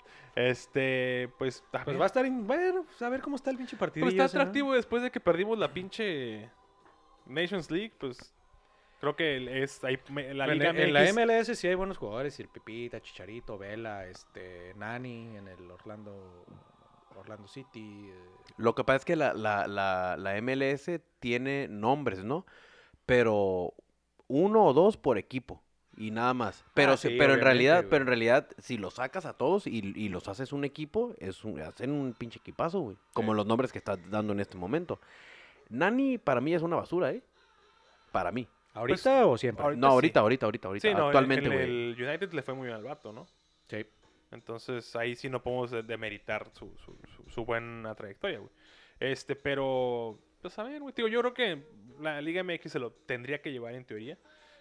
Pues, Pues va a estar, bueno, pues a ver cómo está el pinche partido. Pues está atractivo después de que perdimos la pinche Nations League, pues creo que es ahí la Liga En la MX. MLS sí hay buenos jugadores, y el Pipita, Chicharito, Vela, Nani, en el Orlando City. Lo que pasa es que la MLS tiene nombres, ¿no? Pero 1 o 2 por equipo y nada más. Pero, sí, pero en realidad, obviamente, güey. si los sacas a todos y los haces un equipo, hacen un pinche equipazo, güey. Como los nombres que estás dando en este momento. Nani para mí es una basura, ¿eh? Para mí. ¿Ahorita o siempre? ahorita No, ahorita. Sí, no, Actualmente, en güey. el United le fue muy bien al vato, ¿no? Sí. Entonces ahí sí no podemos demeritar su buena trayectoria, güey. Pero, pues a ver, güey, tío, yo creo que la Liga MX se lo tendría que llevar en teoría.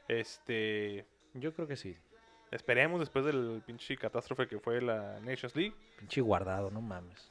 Yo creo que sí. Esperemos después del pinche catástrofe que fue la Nations League. Pinche guardado, no mames.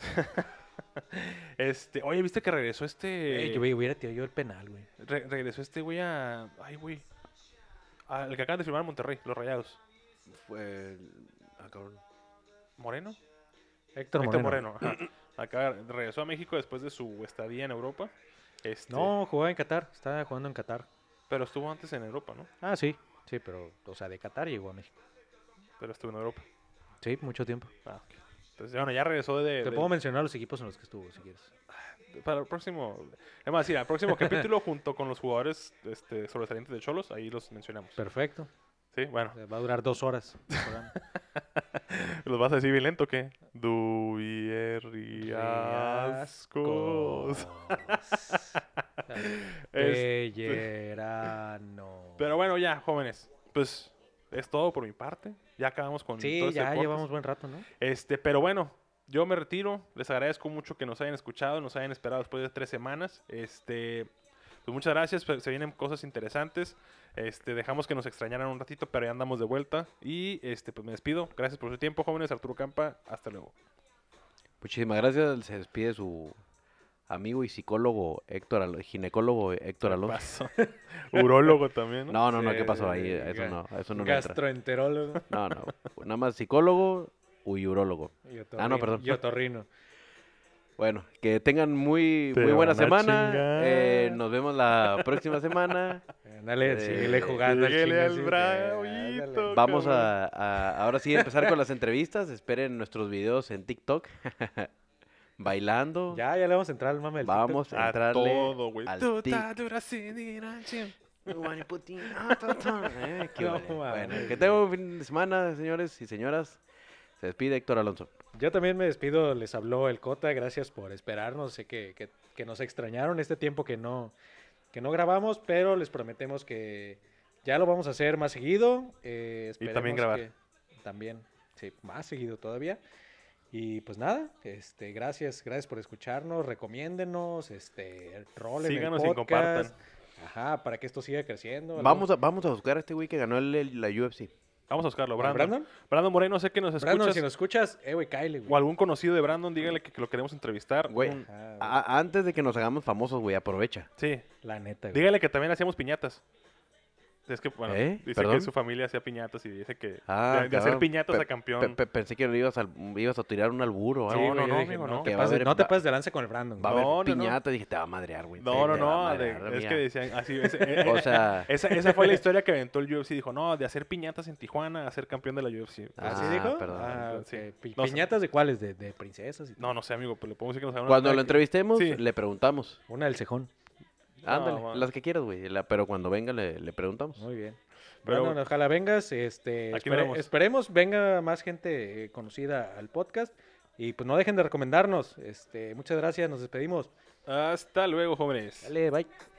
Oye, ¿viste que regresó Yo hubiera tirado yo el penal, güey. regresó este güey a... Ay, güey. El que acaban de firmar en Monterrey, los Rayados. Fue... cabrón. ¿Moreno? Héctor Héctor Moreno. Moreno. Ajá. Acá regresó a México después de su estadía en Europa. No, jugaba en Qatar. Estaba jugando en Qatar. Pero estuvo antes en Europa, ¿no? Ah, sí. Sí, pero, o sea, de Qatar llegó a México. Pero estuvo en Europa. Sí, mucho tiempo. Ah, ok. Entonces, bueno, ya regresó Te puedo mencionar los equipos en los que estuvo, si quieres. para el próximo... Es más, sí, al próximo capítulo, junto con los jugadores sobresalientes de Cholos, ahí los mencionamos. Perfecto. Sí, bueno. Va a durar 2 horas el programa. ¿Los vas a decir bien lento o qué? Riascos. Pellerano. Pero bueno, ya, jóvenes. Pues es todo por mi parte. Ya acabamos con todo Sí, este ya podcast. llevamos buen rato, ¿no? Pero bueno, yo me retiro. Les agradezco mucho que nos hayan escuchado, nos hayan esperado después de 3 semanas. Pues muchas gracias. Se vienen cosas interesantes. Dejamos que nos extrañaran un ratito, pero ya andamos de vuelta. Y pues me despido. Gracias por su tiempo, jóvenes. Arturo Campa, hasta luego. Muchísimas gracias. Se despide su amigo y psicólogo ginecólogo Héctor ¿Qué Alonso. pasó? Urólogo también, ¿no? No, ¿qué pasó ahí? Sí, Eso no le entra. Gastroenterólogo. No, nada más psicólogo y urólogo. No, perdón. Y otorrino. Bueno, que tengan muy Te buena van a semana. chingar. Nos vemos la próxima semana. Dale, síguele jugando síguele al chingo, sí, bravito. ándale. Vamos cabrón. ahora sí empezar con las entrevistas. Esperen nuestros videos en TikTok. Bailando. Ya le vamos a entrar al mame del Vamos TikTok. a A entrarle todo, güey. al Tú tic. ta dura sin ir al gym. Qué No, vale. Bueno, mames. que tengan un fin de semana, señores y señoras. Se despide Héctor Alonso. Yo también me despido, les habló el Cota, gracias por esperarnos, sé que nos extrañaron este tiempo que no grabamos, pero les prometemos que ya lo vamos a hacer más seguido. Esperemos también grabar. También, sí, más seguido todavía. Y pues nada, gracias por escucharnos, recomiéndenos, rolen Síganos el y compartan. podcast. Ajá, para que esto siga creciendo. Vamos a buscar a este güey que ganó la UFC. Vamos a buscarlo, ¿A Brandon. Brandon? Brandon Moreno, sé que nos Brandon, escuchas. si nos escuchas, güey, cáele, O güey. algún conocido de Brandon, dígale que lo queremos entrevistar. Güey, Ajá, güey. antes de que nos hagamos famosos, güey, aprovecha. Sí. La neta, güey. Dígale que también hacíamos piñatas. Es que, bueno, dice ¿Perdón? que su familia hacía piñatas y dice que de hacer cabrón. piñatas a campeón. Pensé que ibas a tirar un alburo o Sí, algo. no, güey. no, Yo dije, amigo, no. que va a haber- No te va- pases de lanza con el Brandon. Va a güey. haber No, no, no. piñata, dije, te va a madrear, güey. No, te va a no, madrear, es mía. que decían así. O sea, Esa fue la historia que aventó el UFC. Dijo, no, de hacer piñatas en Tijuana a ser campeón de la UFC. ¿Así Ah, dijo? perdón. Ah, ok. Sí. Pi- ¿Piñatas de cuáles? ¿De princesas? y No, no sé, amigo, pero le podemos decir que nos hagan cuando una- lo entrevistemos, Sí. le preguntamos. Una del cejón. Ándale, man. las que quieras, güey. Pero cuando venga, le preguntamos. Muy bien. Pero- Bueno, ojalá vengas. Aquí nos vemos. Esperemos venga más gente conocida al podcast. Y pues no dejen de recomendarnos. Muchas gracias, nos despedimos. Hasta luego, jóvenes. Dale, bye.